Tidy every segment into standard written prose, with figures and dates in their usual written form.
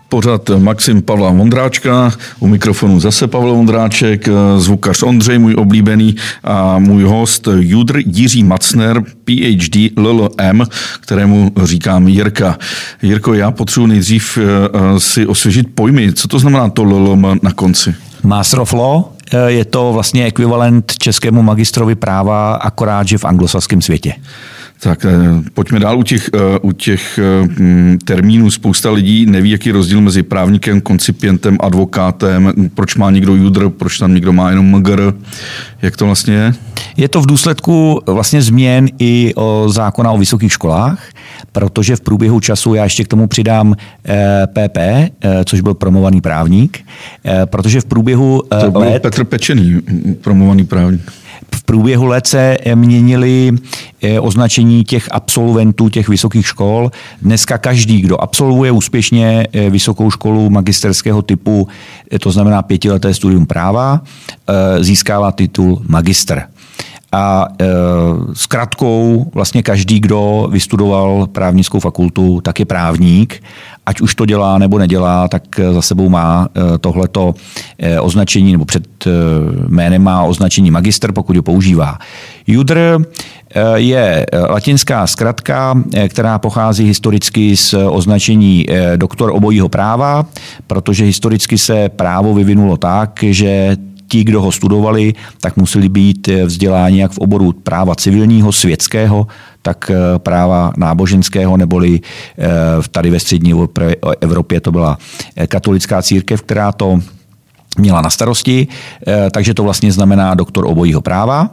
Pořad Maxim Pavla Vondráčka, u mikrofonu zase Pavel Vondráček, zvukař Ondřej, můj oblíbený, a můj host judr Jiří Macner, PhD LLM, kterému říkám Jirka. Jirko, já potřebuji nejdřív si osvěžit pojmy. Co to znamená to LLM na konci? Master of Law, je to vlastně ekvivalent českému magistrovi práva, akorát, že v anglosaském světě. Tak pojďme dál u těch termínů. Spousta lidí neví, jaký je rozdíl mezi právníkem, koncipientem, advokátem, proč má někdo judr, proč tam někdo má jenom mgr. Jak to vlastně je? Je to v důsledku vlastně změn i zákona o vysokých školách, protože v průběhu času, já ještě k tomu přidám PP, což byl promovaný právník, protože v průběhu to byl let... Petr Pečený, promovaný právník. V průběhu let se měnily označení těch absolventů těch vysokých škol. Dneska každý, kdo absolvuje úspěšně vysokou školu magisterského typu, to znamená 5leté studium práva, získává titul magistr. A zkratkou vlastně každý, kdo vystudoval právnickou fakultu, tak je právník. Ať už to dělá nebo nedělá, tak za sebou má tohleto označení, nebo před jménem má označení magistr, pokud ho používá. Judr je latinská zkratka, která pochází historicky z označení doktor obojího práva, protože historicky se právo vyvinulo tak, že ti, kdo ho studovali, tak museli být vzděláni jak v oboru práva civilního, světského, tak práva náboženského, neboli tady ve střední Evropě to byla katolická církev, která to měla na starosti, takže to vlastně znamená doktor obojího práva.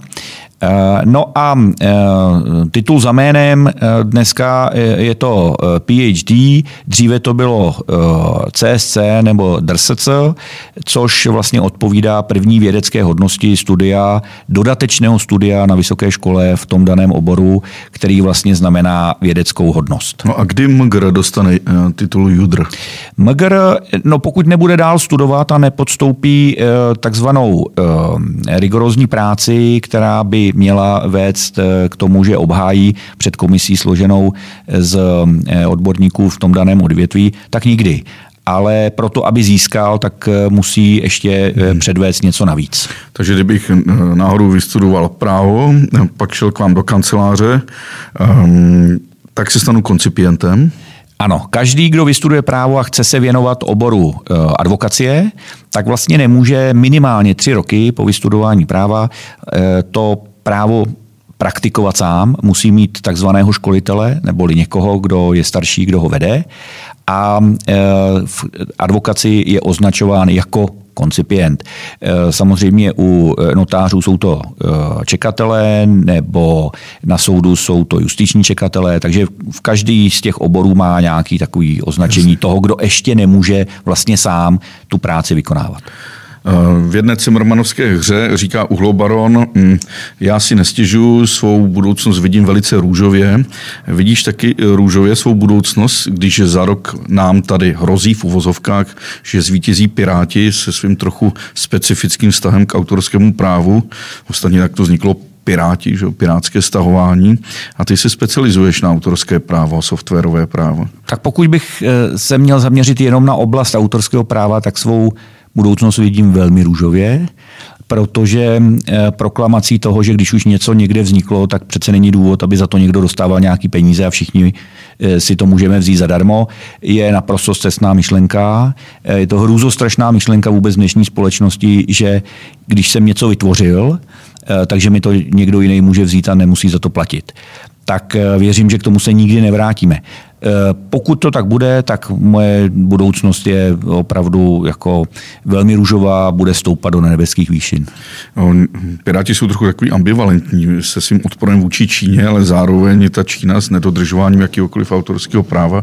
No a titul za jménem dneska je to PhD, dříve to bylo CSC nebo DRSC, což vlastně odpovídá první vědecké hodnosti studia, dodatečného studia na vysoké škole v tom daném oboru, který vlastně znamená vědeckou hodnost. No a kdy mgr dostane titul judr? Mgr, no pokud nebude dál studovat a nepodstoupí takzvanou rigorózní práci, která by měla vést k tomu, že obhájí před komisí složenou z odborníků v tom daném odvětví, tak nikdy. Ale proto, aby získal, tak musí ještě předvést něco navíc. Takže kdybych náhodou vystudoval právo, pak šel k vám do kanceláře, tak se stanu koncipientem? Ano, každý, kdo vystuduje právo a chce se věnovat oboru advokacie, tak vlastně nemůže minimálně 3 roky po vystudování práva to právo praktikovat sám, musí mít takzvaného školitele neboli někoho, kdo je starší, kdo ho vede, a v advokaci je označován jako koncipient. Samozřejmě u notářů jsou to čekatelé, nebo na soudu jsou to justiční čekatelé, takže v každý z těch oborů má nějaký takový označení toho, kdo ještě nemůže vlastně sám tu práci vykonávat. V jedné cimrmanovské hře říká uhlobaron, já si nestěžuju, svou budoucnost vidím velice růžově. Vidíš taky růžově svou budoucnost, když za rok nám tady hrozí v uvozovkách, že zvítězí Piráti se svým trochu specifickým vztahem k autorskému právu. Ostatně tak to vzniklo Piráti, že? Pirátské stahování. A ty se specializuješ na autorské právo, softwarové právo. Tak pokud bych se měl zaměřit jenom na oblast autorského práva, tak svou budoucnost vidím velmi růžově, protože proklamací toho, že když už něco někde vzniklo, tak přece není důvod, aby za to někdo dostával nějaký peníze a všichni si to můžeme vzít zadarmo, je naprosto scestná myšlenka. Je to hrůzostrašná myšlenka vůbec v dnešní společnosti, že když jsem něco vytvořil, takže mi to někdo jiný může vzít a nemusí za to platit. Tak věřím, že k tomu se nikdy nevrátíme. Pokud to tak bude, tak moje budoucnost je opravdu jako velmi růžová, bude stoupat do nebeských výšin. Piráti jsou trochu takový ambivalentní se svým odporem vůči Číně, ale zároveň je ta Čína s nedodržováním jakéhokoliv autorského práva.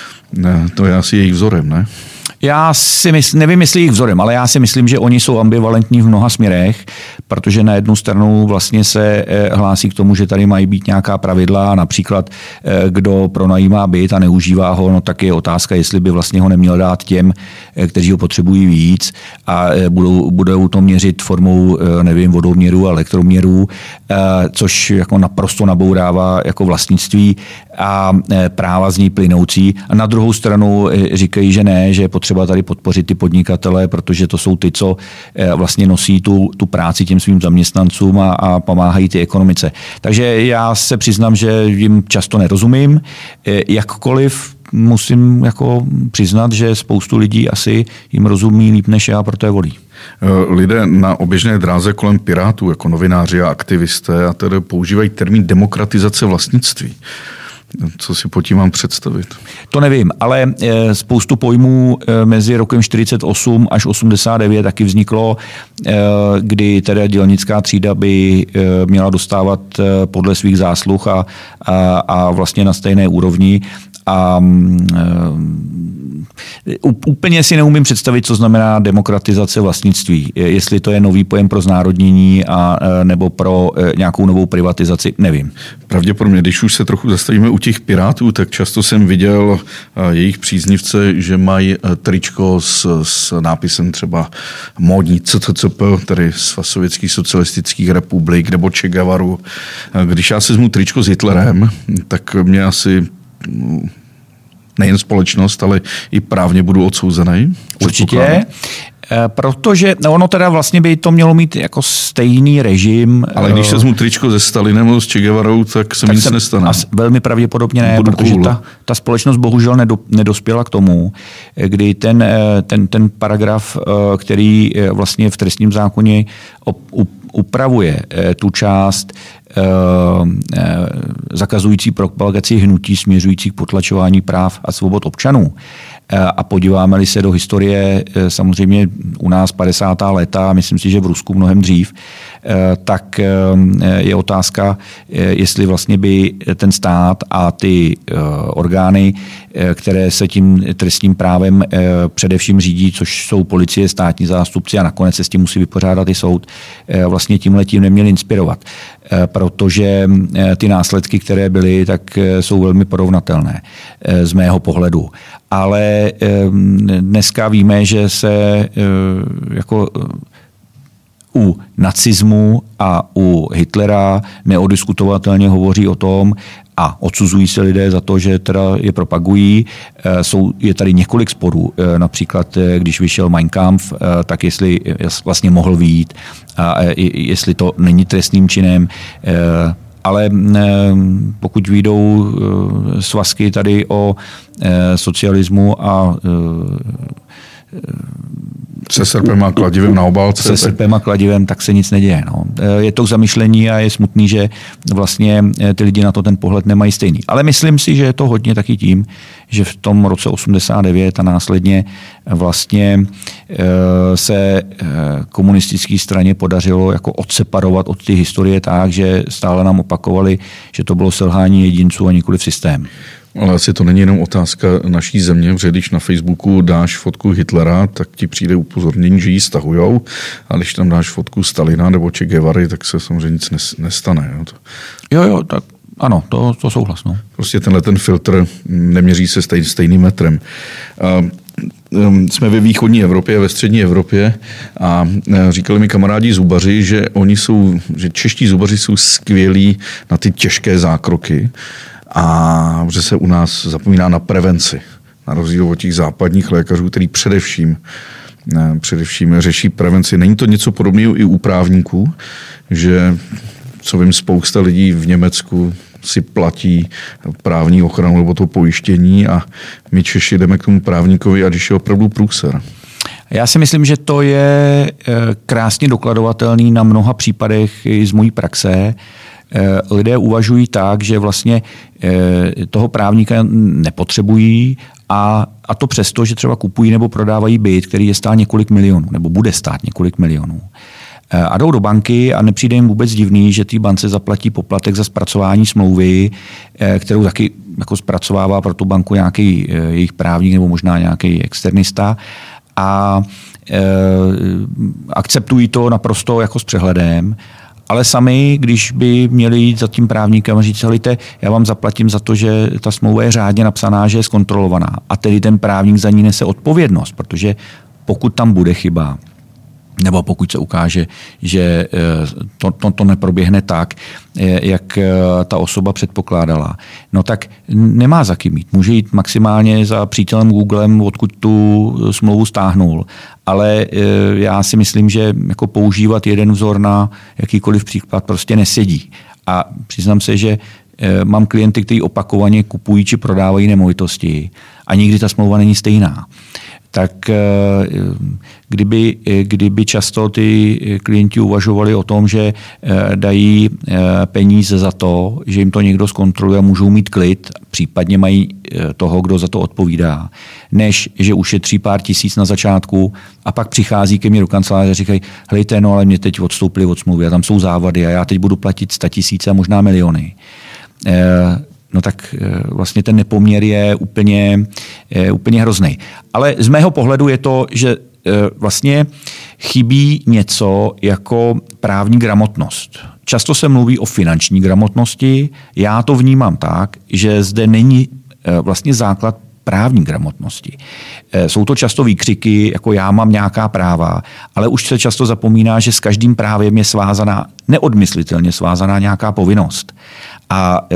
To je asi jejich vzorem, ne? Já si nevím, jestli jich vzorem, ale já si myslím, že oni jsou ambivalentní v mnoha směrech, protože na jednu stranu vlastně se hlásí k tomu, že tady mají být nějaká pravidla, například kdo pronajímá byt a neužívá ho, no tak je otázka, jestli by vlastně ho neměl dát těm, kteří ho potřebují víc a budou to měřit formou, nevím, vodoměrů a elektroměrů, což jako naprosto nabourává jako vlastnictví. a práva z ní plynoucí. A na druhou stranu říkají, že ne, že je potřeba tady podpořit ty podnikatele, protože to jsou ty, co vlastně nosí tu práci těm svým zaměstnancům a pomáhají ty ekonomice. Takže já se přiznám, že jim často nerozumím. Jakkoliv musím jako přiznat, že spoustu lidí asi jim rozumí líp než já, proto je volí. Lidé na oběžné dráze kolem Pirátů, jako novináři a aktivisté, a tedy používají termín demokratizace vlastnictví. Co si pod tím mám představit? To nevím, ale spoustu pojmů mezi rokem 48 až 89 taky vzniklo, kdy teda dělnická třída by měla dostávat podle svých zásluh a vlastně na stejné úrovni. A úplně si neumím představit, co znamená demokratizace vlastnictví. Jestli to je nový pojem pro znárodnění nebo pro nějakou novou privatizaci, nevím. Pravděpodobně, když už se trochu zastavíme u těch Pirátů, tak často jsem viděl jejich příznivce, že mají tričko s nápisem třeba módní CCCP, tedy Svaz sovětských socialistických republik, nebo Che Guevaru. Když já si vezmu tričko s Hitlerem, tak mě asi nejen společnost, ale i právně budu odsouzený. Určitě, protože ono teda vlastně by to mělo mít jako stejný režim. Ale když se vezmu tričko se Stalinem nebo s Che Guevarou, tak se mi nic nestane. Velmi pravděpodobně ne, protože ta společnost bohužel nedospěla k tomu, kdy ten paragraf, který vlastně v trestním zákoně upravuje tu část zakazující propagaci hnutí směřující k potlačování práv a svobod občanů. A podíváme-li se do historie, samozřejmě u nás 50. léta, myslím si, že v Rusku mnohem dřív, tak je otázka, jestli vlastně by ten stát a ty orgány, které se tím trestním právem především řídí, což jsou policie, státní zástupci a nakonec se s tím musí vypořádat i soud, vlastně tímhletím neměli inspirovat. Protože ty následky, které byly, tak jsou velmi porovnatelné z mého pohledu. Ale dneska víme, že se jako u nacismu a u Hitlera neodiskutovatelně hovoří o tom a odsuzují se lidé za to, že teda je propagují. Je tady několik sporů. Například, když vyšel Mein Kampf, tak jestli vlastně mohl vyjít a jestli to není trestným činem. Ale pokud vyjdou svazky tady o socialismu a se srpem a kladivem na obálce. Se srpem a kladivem, tak se nic neděje. No. Je to k zamyšlení a je smutný, že vlastně ty lidi na to ten pohled nemají stejný. Ale myslím si, že je to hodně taky tím, že v tom roce 89 a následně vlastně se komunistické straně podařilo jako odseparovat od ty historie tak, že stále nám opakovali, že to bylo selhání jedinců a nikoli v systém. Ale asi to není jenom otázka naší země, protože když na Facebooku dáš fotku Hitlera, tak ti přijde upozornění, že ji stahujou, a když tam dáš fotku Stalina nebo Che Guevary, tak se samozřejmě nic nestane. Jo, tak ano, to souhlas. No. Prostě ten filtr neměří se stejným metrem. Jsme ve východní Evropě, ve střední Evropě a říkali mi kamarádi zubaři, že čeští zubaři jsou skvělí na ty těžké zákroky, a že se u nás zapomíná na prevenci. Na rozdíl od těch západních lékařů, který především řeší prevenci. Není to něco podobného i u právníků, že, co vím, spousta lidí v Německu si platí právní ochranu nebo to pojištění a my Češi jdeme k tomu právníkovi, a když je opravdu průser. Já si myslím, že to je krásně dokladovatelný na mnoha případech i z mojí praxe. Lidé uvažují tak, že vlastně toho právníka nepotřebují a to přesto, že třeba kupují nebo prodávají byt, který je stál několik milionů nebo bude stát několik milionů. A jdou do banky a nepřijde jim vůbec divný, že té bance zaplatí poplatek za zpracování smlouvy, kterou taky jako zpracovává pro tu banku nějaký jejich právník nebo možná nějaký externista, a akceptují to naprosto jako s přehledem. Ale sami, když by měli jít za tím právníkem a říct, helejte, já vám zaplatím za to, že ta smlouva je řádně napsaná, že je zkontrolovaná. A tedy ten právník za ní nese odpovědnost, protože pokud tam bude chyba, nebo pokud se ukáže, že to neproběhne tak, jak ta osoba předpokládala, no tak nemá za kým jít. Může jít maximálně za přítelem Googlem, odkud tu smlouvu stáhnul. Ale já si myslím, že jako používat jeden vzor na jakýkoliv příklad prostě nesedí. A přiznám se, že mám klienty, kteří opakovaně kupují či prodávají nemovitosti a nikdy ta smlouva není stejná. Tak kdyby často ty klienti uvažovali o tom, že dají peníze za to, že jim to někdo zkontroluje a můžou mít klid, případně mají toho, kdo za to odpovídá, než že ušetří pár tisíc na začátku a pak přichází ke mně do kanceláře a říkají, hejte, no ale mě teď odstoupili od smlouvy a tam jsou závady a já teď budu platit 100 000 a možná miliony. No tak vlastně ten nepoměr je úplně hrozný. Ale z mého pohledu je to, že vlastně chybí něco jako právní gramotnost. Často se mluví o finanční gramotnosti. Já to vnímám tak, že zde není vlastně základ právní gramotnosti. Jsou to často výkřiky, jako já mám nějaká práva, ale už se často zapomíná, že s každým právem je svázaná, neodmyslitelně svázaná nějaká povinnost. A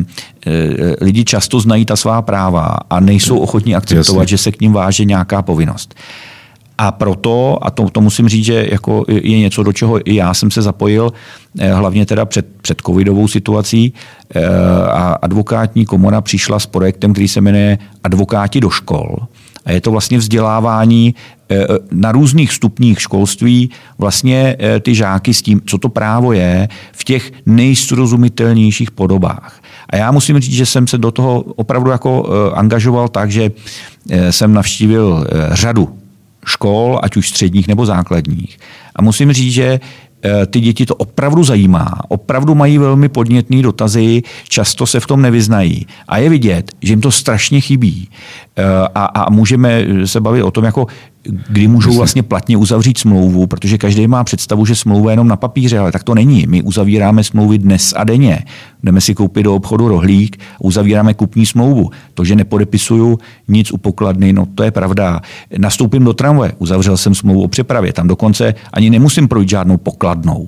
lidi často znají ta svá práva a nejsou ochotní akceptovat, že se k ním váže nějaká povinnost. A proto, a to musím říct, že jako je něco, do čeho i já jsem se zapojil, hlavně teda před covidovou situací, a advokátní komora přišla s projektem, který se jmenuje Advokáti do škol. A je to vlastně vzdělávání na různých stupních školství vlastně ty žáky s tím, co to právo je, v těch nejsrozumitelnějších podobách. A já musím říct, že jsem se do toho opravdu jako angažoval tak, že jsem navštívil řadu škol, ať už středních nebo základních. A musím říct, že ty děti to opravdu zajímá, opravdu mají velmi podnětné dotazy, často se v tom nevyznají. A je vidět, že jim to strašně chybí. A můžeme se bavit o tom, jako kdy můžou vlastně platně uzavřít smlouvu, protože každý má představu, že smlouva je jenom na papíře, ale tak to není. My uzavíráme smlouvy dnes a denně. Jdeme si koupit do obchodu rohlík, uzavíráme kupní smlouvu. To, že nepodepisuju nic u pokladny, no to je pravda. Nastoupím do uzavřel jsem smlouvu o přepravě, tam dokonce ani nemusím projít žádnou pokladnou.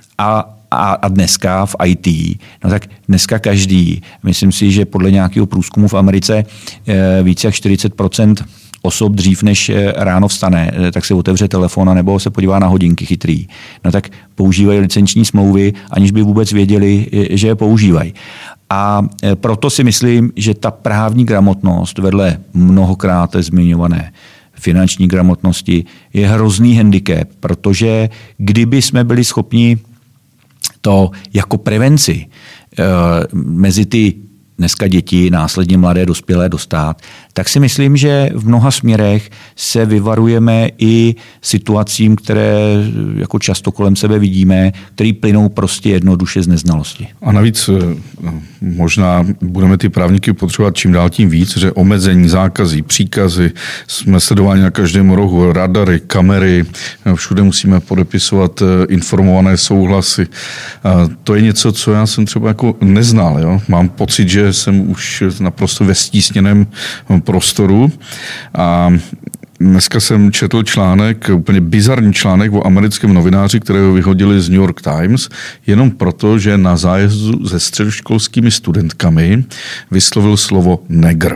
A dneska v IT, no tak dneska každý, myslím si, že podle nějakého průzkumu v Americe více jak 40% osob dřív, než ráno vstane, tak si otevře telefon nebo se podívá na hodinky chytrý. No tak používají licenční smlouvy, aniž by vůbec věděli, že je používají. A proto si myslím, že ta právní gramotnost vedle mnohokrát zmiňované finanční gramotnosti je hrozný handicap, protože kdyby jsme byli schopni to jako prevenci mezi ty dneska děti, následně mladé, dospělé dostat, tak si myslím, že v mnoha směrech se vyvarujeme i situacím, které jako často kolem sebe vidíme, které plynou prostě jednoduše z neznalosti. A navíc možná budeme ty právníky potřebovat čím dál tím víc, že omezení, zákazy, příkazy, jsme sledováni na každém rohu, radary, kamery, všude musíme podepisovat informované souhlasy. To je něco, co já jsem třeba jako neznal. Jo? Mám pocit, že jsem už naprosto ve stísněném prostoru a dneska jsem četl článek, úplně bizarní článek o americkém novináři, kterého vyhodili z New York Times, jenom proto, že na zájezdu se středoškolskými studentkami vyslovil slovo negr.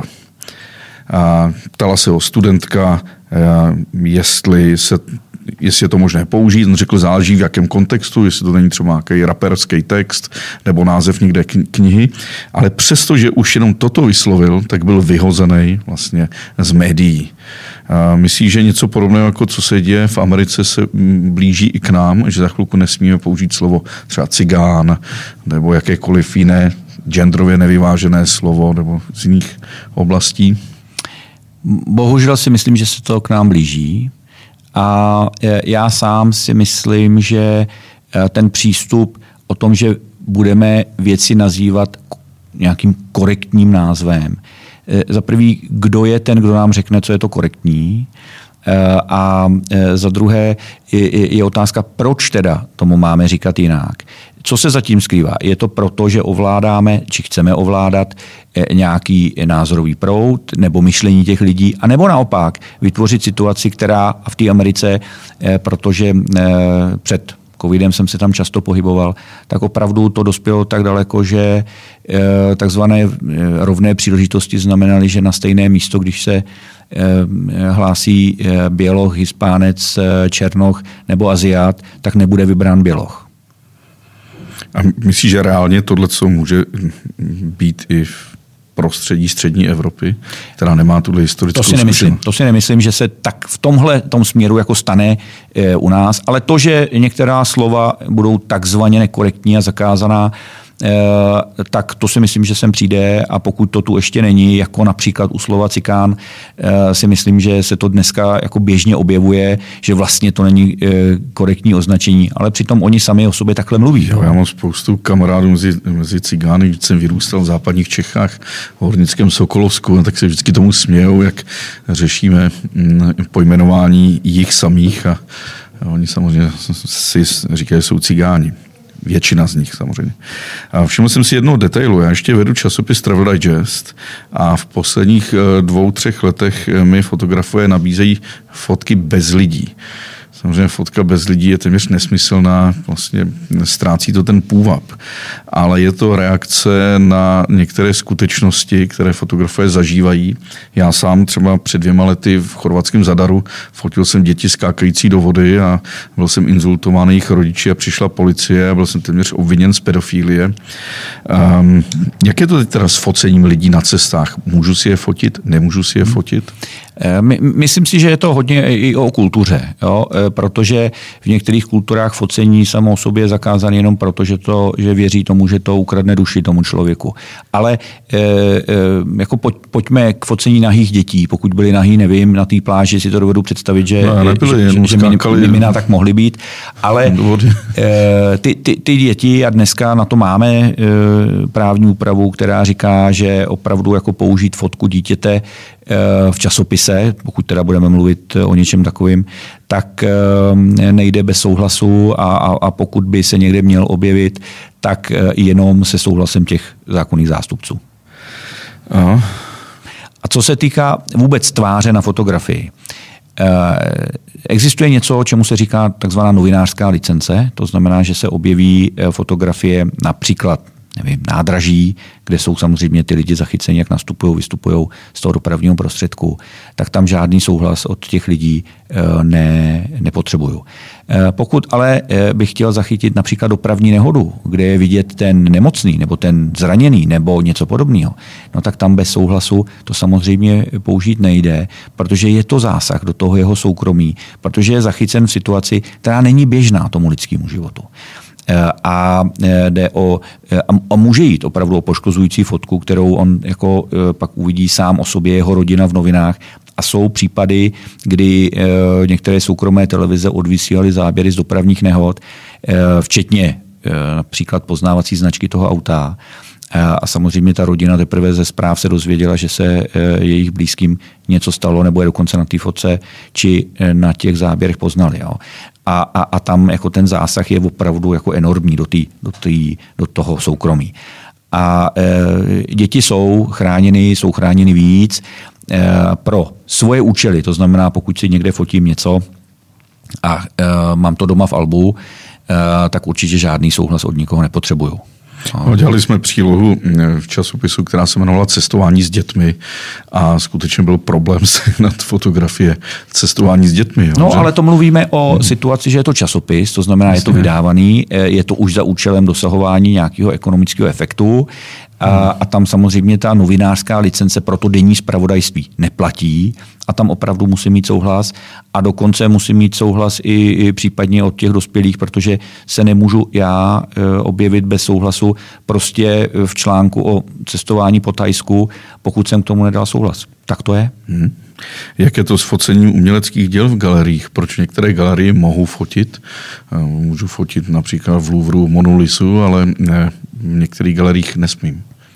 A ptala se ho studentka, jestli je to možné použít. On řekl, záleží v jakém kontextu, jestli to není třeba nějaký raperský text nebo název někde knihy. Ale přesto, že už jenom toto vyslovil, tak byl vyhozený vlastně z médií. Myslíš, že něco podobného, jako co se děje v Americe, se blíží i k nám, že za chvilku nesmíme použít slovo třeba cigán nebo jakékoliv jiné genderově nevyvážené slovo nebo z jiných oblastí? Bohužel si myslím, že se to k nám blíží. A já sám si myslím, že ten přístup o tom, že budeme věci nazývat nějakým korektním názvem. Za prvý, kdo je ten, kdo nám řekne, co je to korektní. A za druhé je otázka, proč teda tomu máme říkat jinak. Co se zatím skrývá? Je to proto, že ovládáme, či chceme ovládat nějaký názorový proud nebo myšlení těch lidí, anebo naopak vytvořit situaci, která v té Americe, protože před covidem jsem se tam často pohyboval, tak opravdu to dospělo tak daleko, že takzvané rovné příležitosti znamenaly, že na stejné místo, když se hlásí Běloch, Hispánec, Černoch nebo Aziat, tak nebude vybrán Běloch. A myslíš, že reálně tohleto může být i v prostředí střední Evropy, která nemá tuhle historickou zkušenost? To si nemyslím, že se tak v tomhle tom směru jako stane u nás, ale to, že některá slova budou takzvaně nekorektní a zakázaná, tak to si myslím, že sem přijde, a pokud to tu ještě není, jako například u slova cikán, si myslím, že se to dneska jako běžně objevuje, že vlastně to není korektní označení, ale přitom oni sami o sobě takhle mluví. Já mám spoustu kamarádů mezi cigány, když jsem vyrůstal v západních Čechách, v Hornickém Sokolovsku, tak se vždycky tomu smějou, jak řešíme pojmenování jich samých a oni samozřejmě si říkají, že jsou cigáni. Většina z nich samozřejmě. A všiml jsem si jednoho detailu. Já ještě vedu časopis Travel Digest a v posledních 2-3 letech mi fotografové nabízejí fotky bez lidí. Samozřejmě fotka bez lidí je téměř nesmyslná, vlastně ztrácí to ten půvab. Ale je to reakce na některé skutečnosti, které fotografové zažívají. Já sám třeba před 2 lety v chorvatském Zadaru fotil jsem děti skákající do vody a byl jsem insultován jejich rodiči a přišla policie a byl jsem téměř obviněn z pedofilie. Jak je to teď teda s focením lidí na cestách? Můžu si je fotit? Nemůžu si je fotit? Myslím si, že je to hodně i o kultuře, jo? Protože v některých kulturách focení samo o sobě je zakázané jenom proto, že věří tomu, že to ukradne duši tomu člověku. Ale jako pojďme k focení nahých dětí. Pokud byli nahý, nevím, na té pláži si to dovedu představit, že mimina tak mohly být. Ale ty děti, a dneska na to máme právní úpravu, která říká, že opravdu jako použít fotku dítěte v časopise, pokud teda budeme mluvit o něčem takovým, tak nejde bez souhlasu a pokud by se někde měl objevit, tak jenom se souhlasem těch zákonných zástupců. Aha. A co se týká vůbec tváře na fotografii, existuje něco, čemu se říká takzvaná novinářská licence, to znamená, že se objeví fotografie například nádraží, kde jsou samozřejmě ty lidi zachyceni, jak nastupují, vystupují z toho dopravního prostředku, tak tam žádný souhlas od těch lidí nepotřebuju. Pokud ale bych chtěl zachytit například dopravní nehodu, kde je vidět ten nemocný nebo ten zraněný nebo něco podobného, no tak tam bez souhlasu to samozřejmě použít nejde, protože je to zásah do toho jeho soukromí, protože je zachycen v situaci, která není běžná tomu lidskému životu. A jde a může jít opravdu o poškozující fotku, kterou on jako pak uvidí sám o sobě, jeho rodina v novinách. A jsou případy, kdy některé soukromé televize odvysílaly záběry z dopravních nehod, včetně například poznávací značky toho auta. A samozřejmě ta rodina teprve ze zpráv se dozvěděla, že se jejich blízkým něco stalo, nebo je dokonce na té fotce či na těch záběrech poznali. Jo. A tam jako ten zásah je opravdu jako enormní do toho soukromí. A děti jsou chráněny víc pro svoje účely. To znamená, pokud si někde fotím něco a mám to doma v albu, tak určitě žádný souhlas od nikoho nepotřebuju. No, dělali jsme přílohu v časopisu, která se jmenovala Cestování s dětmi a skutečně byl problém sehnat fotografie cestování s dětmi. Jo, no, ale to mluvíme o situaci, že je to časopis, to znamená, je to vydávaný, je to už za účelem dosahování nějakého ekonomického efektu a tam samozřejmě ta novinářská licence pro to denní zpravodajství neplatí a tam opravdu musí mít souhlas a dokonce musí mít souhlas i případně od těch dospělých, protože se nemůžu já objevit bez souhlasu prostě v článku o cestování po Thajsku, pokud jsem k tomu nedal souhlas. Tak to je. Jak je to s focením uměleckých děl v galeriích? Proč některé galerie mohou fotit? Můžu fotit například v Louvru Monu Lisu, ale v některých galeriích nesmím.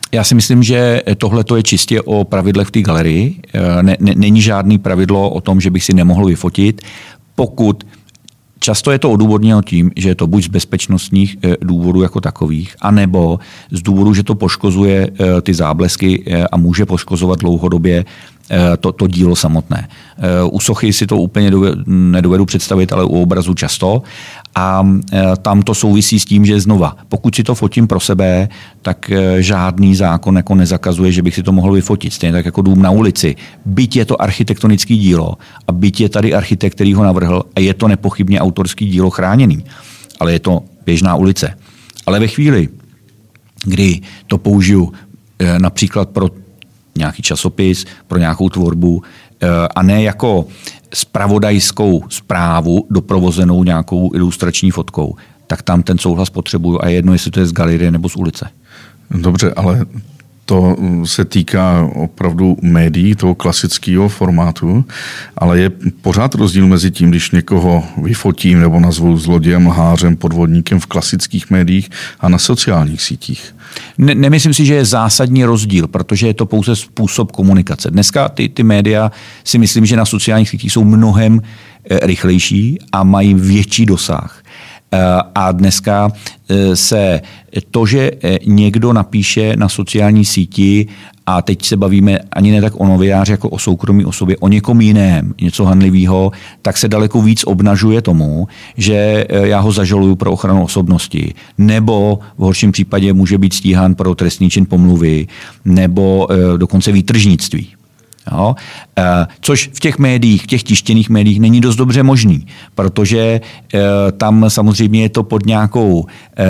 Já si myslím, že tohle je čistě o pravidlech v té galerii. Není žádný pravidlo o tom, že bych si nemohl vyfotit, pokud často je to odůvodněno tím, že je to buď z bezpečnostních důvodů jako takových, anebo z důvodu, že to poškozuje ty záblesky a může poškozovat dlouhodobě to dílo samotné. U sochy si to úplně nedovedu představit, ale u obrazu často. A tam to souvisí s tím, že znova, pokud si to fotím pro sebe, tak žádný zákon jako nezakazuje, že bych si to mohl vyfotit. Stejně tak jako dům na ulici. Byť je to architektonické dílo a byť je tady architekt, který ho navrhl a je to nepochybně autorský dílo chráněný, ale je to běžná ulice. Ale ve chvíli, kdy to použiju například pro nějaký časopis, pro nějakou tvorbu a ne jako zpravodajskou zprávu doprovozenou nějakou ilustrační fotkou, tak tam ten souhlas potřebuju a je jedno, jestli to je z galerie nebo z ulice. Dobře, ale to se týká opravdu médií, toho klasického formátu, ale je pořád rozdíl mezi tím, když někoho vyfotím nebo nazvu zlodějem, lhářem, podvodníkem v klasických médiích a na sociálních sítích. Nemyslím si, že je zásadní rozdíl, protože je to pouze způsob komunikace. Dneska ty média si myslím, že na sociálních sítích jsou mnohem rychlejší a mají větší dosah. A dneska se to, že někdo napíše na sociální síti, a teď se bavíme ani ne tak o novináři jako o soukromí osobě, o někom jiném, něco hanlivého, tak se daleko víc obnažuje tomu, že já ho zažaluju pro ochranu osobnosti, nebo v horším případě může být stíhán pro trestný čin pomluvy, nebo dokonce výtržnictví. Jo? Což v těch médiích, v těch tištěných médiích není dost dobře možný, protože tam samozřejmě je to pod nějakou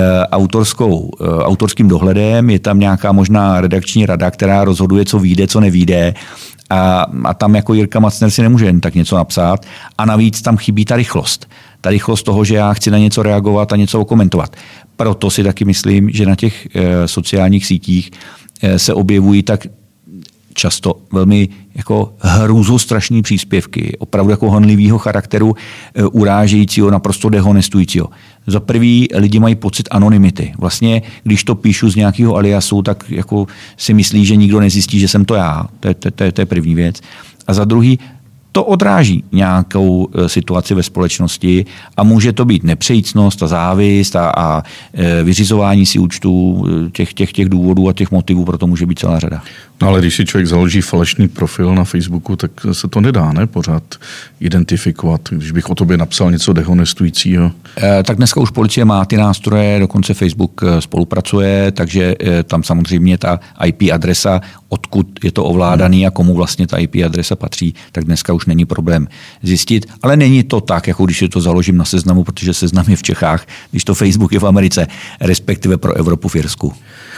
autorským dohledem, je tam nějaká možná redakční rada, která rozhoduje, co vyjde, co nevyjde. A tam jako Jirka Macner si nemůže jen tak něco napsat. A navíc tam chybí ta rychlost. Ta rychlost toho, že já chci na něco reagovat a něco okomentovat. Proto si taky myslím, že na těch sociálních sítích se objevují tak často velmi jako hrůzostrašný příspěvky, opravdu jako hanlivýho charakteru, urážejícího, naprosto dehonestujícího. Za prvý lidi mají pocit anonymity. Vlastně, když to píšu z nějakého aliasu, tak jako si myslí, že nikdo nezjistí, že jsem to já. To je první věc. A za druhý, to odráží nějakou situaci ve společnosti a může to být nepřejícnost a závist a vyřizování si účtů těch důvodů a těch motivů, proto může být celá řada. No ale když si člověk založí falešný profil na Facebooku, tak se to nedá, ne? Pořád identifikovat. Když bych o tobě napsal něco dehonestujícího. Tak dneska už policie má ty nástroje, dokonce Facebook spolupracuje, takže tam samozřejmě ta IP adresa, odkud je to ovládaný a komu vlastně ta IP adresa patří, tak dneska už není problém zjistit. Ale není to tak, jako když si to založím na Seznamu, protože Seznam je v Čechách, když to Facebook je v Americe, respektive pro Evropu v Irsku.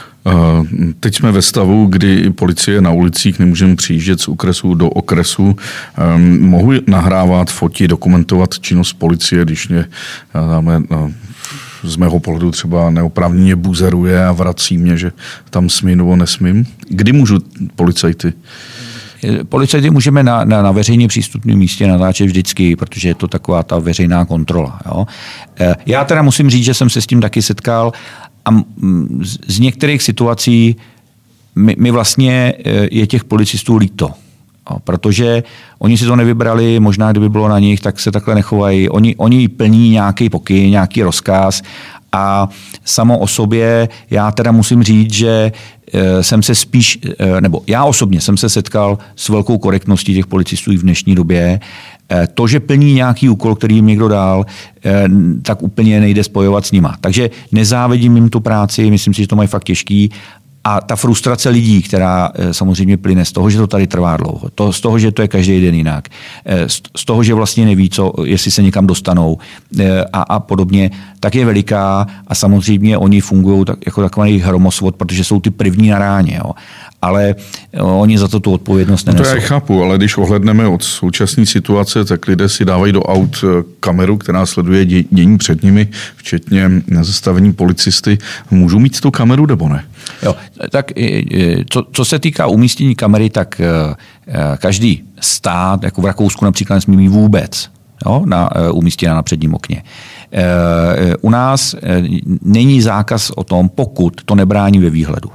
Teď jsme ve stavu, kdy policie na ulicích nemůžeme přijíždět z okresu do okresu. Mohu nahrávat, fotit, dokumentovat činnost policie, když mě dáme z mého pohledu třeba neoprávněně buzeruje a vrací mě, že tam smím nebo nesmím. Kdy můžu policajty? Policajty můžeme na veřejně přístupném místě natáčet vždycky, protože je to taková ta veřejná kontrola. Jo? Já teda musím říct, že jsem se s tím taky setkal a z některých situací mi vlastně je těch policistů líto. Protože oni si to nevybrali, možná kdyby bylo na nich, tak se takhle nechovají. Oni plní nějaký pokyn, nějaký rozkaz a samo o sobě já teda musím říct, že jsem se spíš, nebo já osobně jsem se setkal s velkou korektností těch policistů i v dnešní době. To, že plní nějaký úkol, který jim někdo dal, tak úplně nejde spojovat s nima. Takže nezávidím jim tu práci, myslím si, že to mají fakt těžký. A ta frustrace lidí, která samozřejmě plyne z toho, že to tady trvá dlouho, z toho, že to je každý den jinak, z toho, že vlastně neví, jestli se někam dostanou a podobně, tak je veliká a samozřejmě oni fungují jako takový hromosvod, protože jsou ty první na ráně. Jo. Ale oni za to tu odpovědnost nenesou. To já chápu, ale když ohledneme od současné situace, tak lidé si dávají do aut kameru, která sleduje dění před nimi, včetně zastavení policisty. Můžou mít tu kameru nebo ne? Jo, tak co se týká umístění kamery, tak každý stát, jako v Rakousku například, nesmí mít vůbec umístěna na předním okně. U nás není zákaz o tom, pokud to nebrání ve výhledu.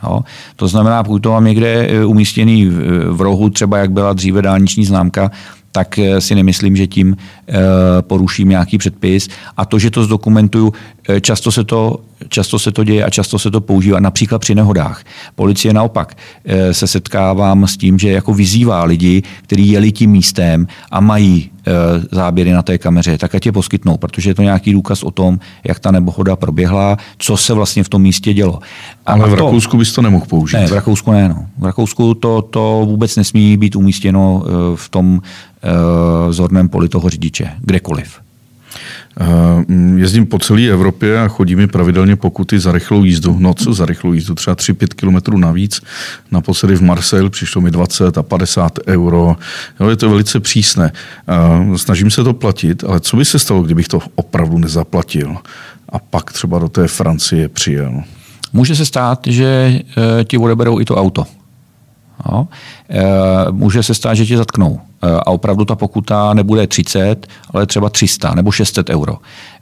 Jo? To znamená, pokud to mám někde umístěný v rohu, třeba jak byla dříve dálniční známka, tak si nemyslím, že tím poruším nějaký předpis. A to, že to zdokumentuju, často se to děje a často se to používá, například při nehodách. Policie naopak se setkávám s tím, že jako vyzývá lidi, kteří jeli tím místem a mají záběry na té kameře, tak ať je poskytnou, protože je to nějaký důkaz o tom, jak ta nehoda proběhla, co se vlastně v tom místě dělo. Ale v Rakousku bys to nemohl použít. Ne, v Rakousku ne. No. V Rakousku to vůbec nesmí být umístěno v tom zorném poli toho řidiče, kdekoliv. Jezdím po celé Evropě a chodí mi pravidelně pokuty za rychlou jízdu. No co za rychlou jízdu? Třeba 3-5 kilometrů navíc. Naposledy v Marseille přišlo mi 20 a 50 euro. Jo, je to velice přísné. Snažím se to platit, ale co by se stalo, kdybych to opravdu nezaplatil a pak třeba do té Francie přijel? Může se stát, že ti odeberou i to auto. Jo? Může se stát, že tě zatknou. A opravdu ta pokuta nebude 30, ale třeba 300 nebo 600 euro.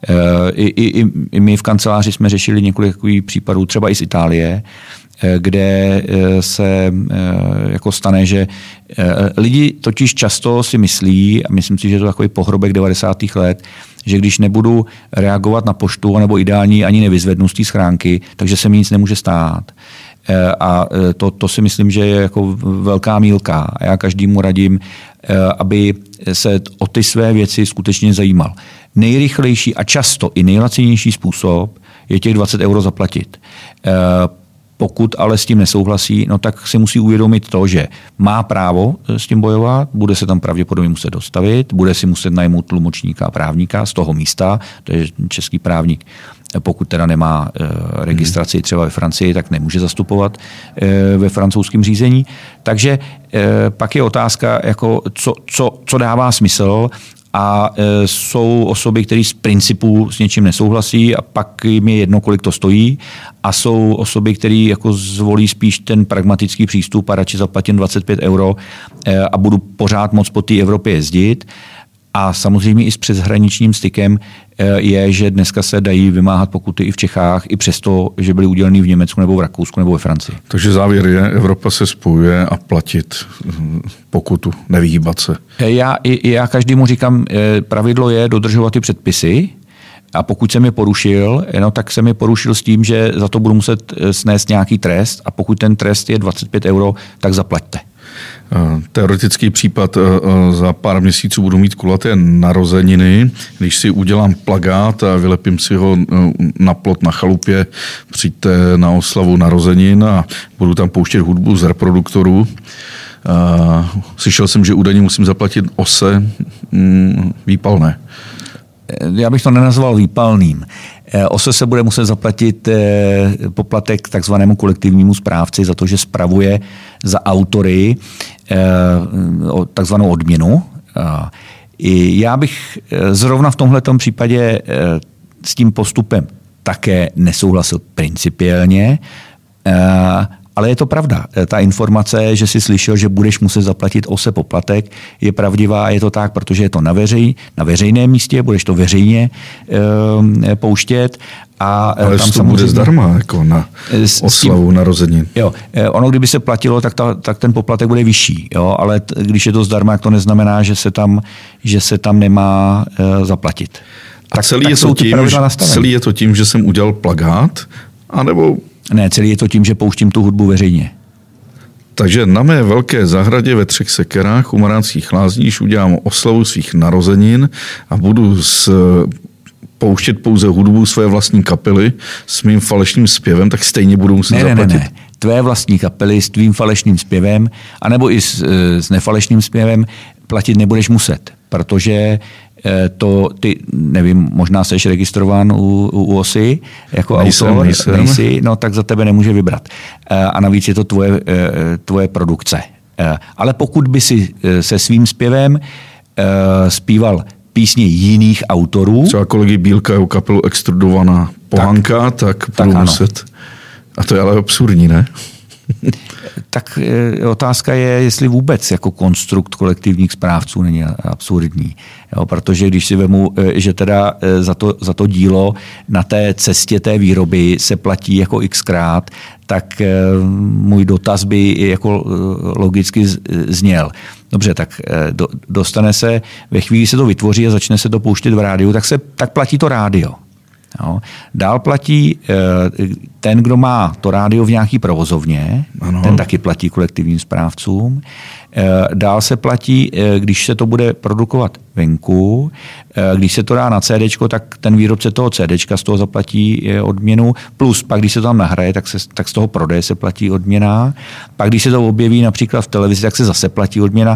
I my v kanceláři jsme řešili několik takových případů, třeba i z Itálie, kde se jako stane, že lidi totiž často si myslí, a myslím si, že to je takový pohrobek 90. let, že když nebudu reagovat na poštu, nebo ideální ani nevyzvednu z té schránky, takže se mi nic nemůže stát. A to si myslím, že je jako velká mýlka. A já každému radím, aby se o ty své věci skutečně zajímal. Nejrychlejší a často i nejlacinější způsob je těch 20 euro zaplatit. Pokud ale s tím nesouhlasí, no tak si musí uvědomit to, že má právo s tím bojovat, bude se tam pravděpodobně muset dostavit, bude si muset najmout tlumočníka a právníka z toho místa, to je český právník. Pokud teda nemá registraci třeba ve Francii, tak nemůže zastupovat ve francouzském řízení. Takže pak je otázka, jako co dává smysl. A jsou osoby, které z principu s něčím nesouhlasí a pak jim je jedno, kolik to stojí. A jsou osoby, které jako zvolí spíš ten pragmatický přístup a radši zaplatím 25 euro a budu pořád moc po té Evropě jezdit. A samozřejmě i s přeshraničním stykem je, že dneska se dají vymáhat pokuty i v Čechách, i přesto, že byly uděleny v Německu nebo v Rakousku nebo ve Francii. Takže závěr je, Evropa se spojuje a platit pokutu, nevyhýbat se. Já každému říkám, pravidlo je dodržovat ty předpisy, a pokud jsem je porušil, no, tak jsem je porušil s tím, že za to budu muset snést nějaký trest a pokud ten trest je 25 euro, tak zaplaťte. Teoretický případ, za pár měsíců budu mít kulaté narozeniny. Když si udělám plakát a vylepím si ho na plot na chalupě, přijďte na oslavu narozenin a budu tam pouštět hudbu z reproduktorů. Slyšel jsem, že údajně musím zaplatit OSE výpalné. Já bych to nenazval výpalným. OSE se bude muset zaplatit poplatek takzvanému kolektivnímu správci za to, že spravuje za autory takzvanou odměnu. Já bych zrovna v tomhletom případě s tím postupem také nesouhlasil principiálně, ale je to pravda. Ta informace, že jsi slyšel, že budeš muset zaplatit OSE poplatek, je pravdivá a je to tak, protože je to na veřejném místě, budeš to veřejně pouštět. Ale tam to bude zdarma, jako na oslavu narozenin. Jo, ono, kdyby se platilo, tak ten poplatek bude vyšší. Jo, ale když je to zdarma, tak to neznamená, že se tam nemá zaplatit. A celý je to tím, že jsem udělal plakát, anebo... Ne, celý je to tím, že pouštím tu hudbu veřejně. Takže na mé velké zahradě ve 3 sekerách u Maránských Lázní, když udělám oslavu svých narozenin a budu pouštět pouze hudbu své vlastní kapely s mým falešným zpěvem, tak stejně budu muset zaplatit. Ne. Tvé vlastní kapely s tvým falešným zpěvem, anebo i s nefalešným zpěvem platit nebudeš muset, protože ty, nevím, možná seš registrován u OSI jako autor, nejsi, no tak za tebe nemůže vybrat. A navíc je to tvoje produkce. Ale pokud by si se svým zpěvem zpíval písně jiných autorů. Třeba kolegy Bílka, jeho kapelu Extrudovaná pohanka, tak budu muset. A to je ale absurdní, ne? Tak otázka je, jestli vůbec jako konstrukt kolektivních správců není absurdní. Jo, protože když si vemu, že teda za to dílo na té cestě té výroby se platí jako xkrát, tak můj dotaz by jako logicky zněl. Dobře, tak dostane se, ve chvíli se to vytvoří a začne se to pouštět v rádiu, tak platí to rádio. Jo. Dál platí ten, kdo má to rádio v nějaký provozovně, ano. Ten taky platí kolektivním správcům. Dál se platí, když se to bude produkovat venku, když se to dá na CDčko, tak ten výrobce toho CDčka z toho zaplatí odměnu, plus pak, když se to tam nahraje, tak z toho prodeje se platí odměna. Pak, když se to objeví například v televizi, tak se zase platí odměna.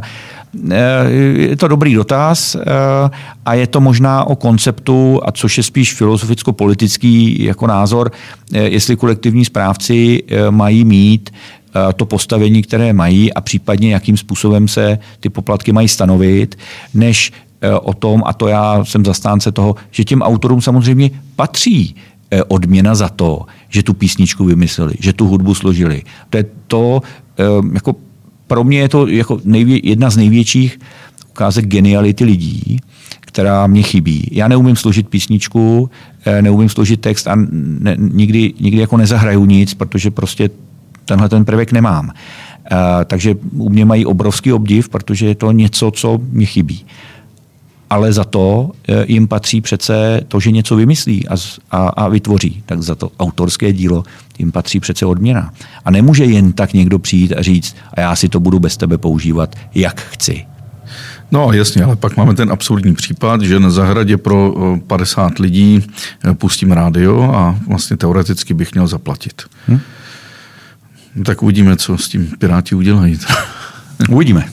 Je to dobrý dotaz a je to možná o konceptu, a což je spíš filozoficko-politický jako názor, jestli kolektivní správci mají mít to postavení, které mají a případně jakým způsobem se ty poplatky mají stanovit, než o tom, a to já jsem zastánce toho, že těm autorům samozřejmě patří odměna za to, že tu písničku vymysleli, že tu hudbu složili. To je to, jako pro mě je to jako jedna z největších ukázek geniality lidí, která mě chybí. Já neumím složit písničku, neumím složit text a nikdy jako nezahraju nic, protože prostě tenhle ten prvek nemám. Takže u mě mají obrovský obdiv, protože je to něco, co mě chybí. Ale za to jim patří přece to, že něco vymyslí a vytvoří. Tak za to autorské dílo jim patří přece odměna. A nemůže jen tak někdo přijít a říct, a já si to budu bez tebe používat, jak chci. No jasně, ale pak máme ten absurdní případ, že na zahradě pro 50 lidí pustím rádio a vlastně teoreticky bych měl zaplatit. Tak uvidíme, co s tím Piráti udělají. Uvidíme.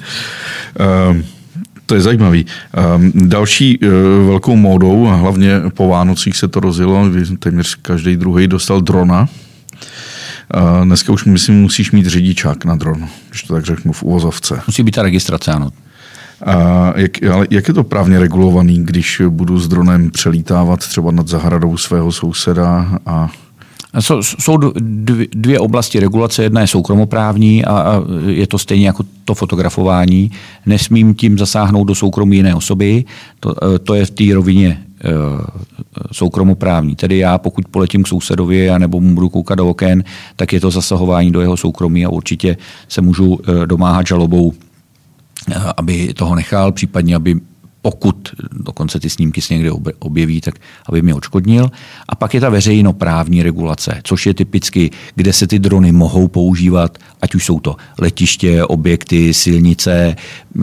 To je zajímavý. Další velkou módou, a hlavně po Vánocích se to rozjelo, téměř každý druhý dostal drona. Dneska už myslím, musíš mít řidičák na dron, když to tak řeknu v uvozovce. Musí být ta registrace, ano. Jak je to právně regulovaný, když budu s dronem přelítávat třeba nad zahradou svého souseda a jsou dvě oblasti regulace. Jedna je soukromoprávní a je to stejně jako to fotografování. Nesmím tím zasáhnout do soukromí jiné osoby. To je v té rovině soukromoprávní. Tedy já, pokud poletím k sousedovi nebo mu budu koukat do oken, tak je to zasahování do jeho soukromí a určitě se můžu domáhat žalobou, aby toho nechal, případně aby pokud dokonce ty snímky se někde objeví, tak aby mě odškodnil. A pak je ta veřejnoprávní regulace, což je typicky, kde se ty drony mohou používat, ať už jsou to letiště, objekty, silnice.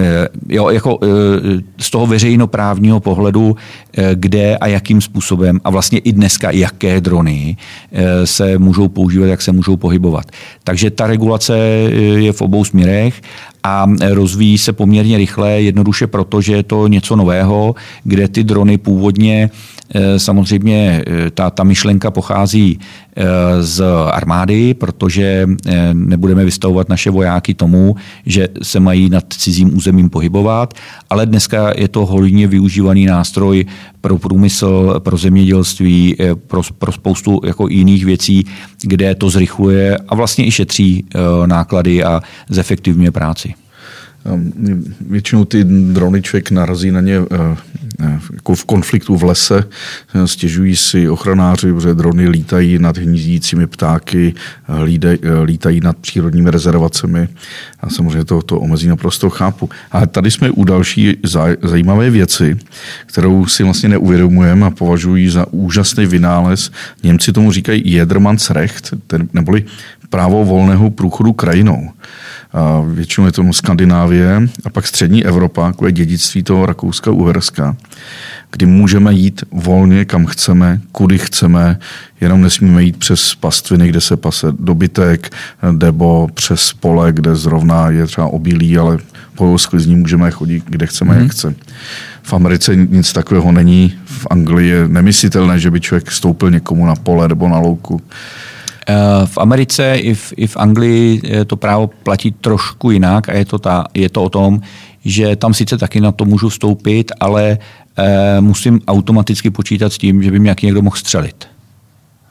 Z toho veřejnoprávního pohledu, kde a jakým způsobem a vlastně i dneska jaké drony se můžou používat, jak se můžou pohybovat. Takže ta regulace je v obou směrech a rozvíjí se poměrně rychle, jednoduše proto, že je to něco nového, kde ty drony původně, samozřejmě ta myšlenka pochází z armády, protože nebudeme vystavovat naše vojáky tomu, že se mají nad cizím územím pohybovat, ale dneska je to hojně využívaný nástroj pro průmysl, pro zemědělství, pro spoustu jako jiných věcí, kde to zrychluje a vlastně i šetří náklady a zefektivňuje práci. Většinou ty drony člověk narazí na ně jako v konfliktu v lese. Stěžují si ochranáři, protože drony lítají nad hnízdícími ptáky, lítají nad přírodními rezervacemi a samozřejmě to omezí naprosto chápu. A tady jsme u další zajímavé věci, kterou si vlastně neuvědomujeme a považují za úžasný vynález. Němci tomu říkají Jedermannsrecht, neboli právo volného průchodu krajinou. A většinou je to Skandinávie a pak střední Evropa, jako je dědictví toho Rakouska-Uherska, kdy můžeme jít volně, kam chceme, kudy chceme, jenom nesmíme jít přes pastviny, kde se pase dobytek, nebo přes pole, kde zrovna je třeba obilí, ale po sklizní můžeme chodit, kde chceme, jak chce. V Americe nic takového není, v Anglii je nemyslitelné, že by člověk stoupil někomu na pole nebo na louku. V Americe i v Anglii to právo platí trošku jinak a je to o tom, že tam sice taky na to můžu vstoupit, ale musím automaticky počítat s tím, že by mě někdo mohl střelit.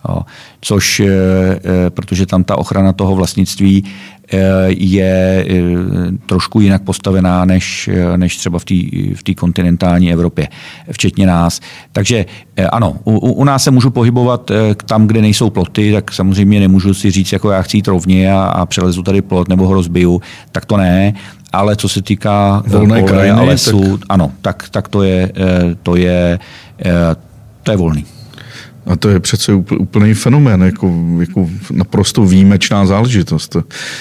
Jo. Což, protože tam ta ochrana toho vlastnictví je trošku jinak postavená než třeba v té kontinentální Evropě, včetně nás. Takže ano, u nás se můžu pohybovat tam, kde nejsou ploty, tak samozřejmě nemůžu si říct, jako já chci jít rovně a přelezu tady plot nebo ho rozbiju, tak to ne. Ale co se týká volné krajiny a lesů, ano, tak to je volný. A to je přece úplný fenomén, jako naprosto výjimečná záležitost.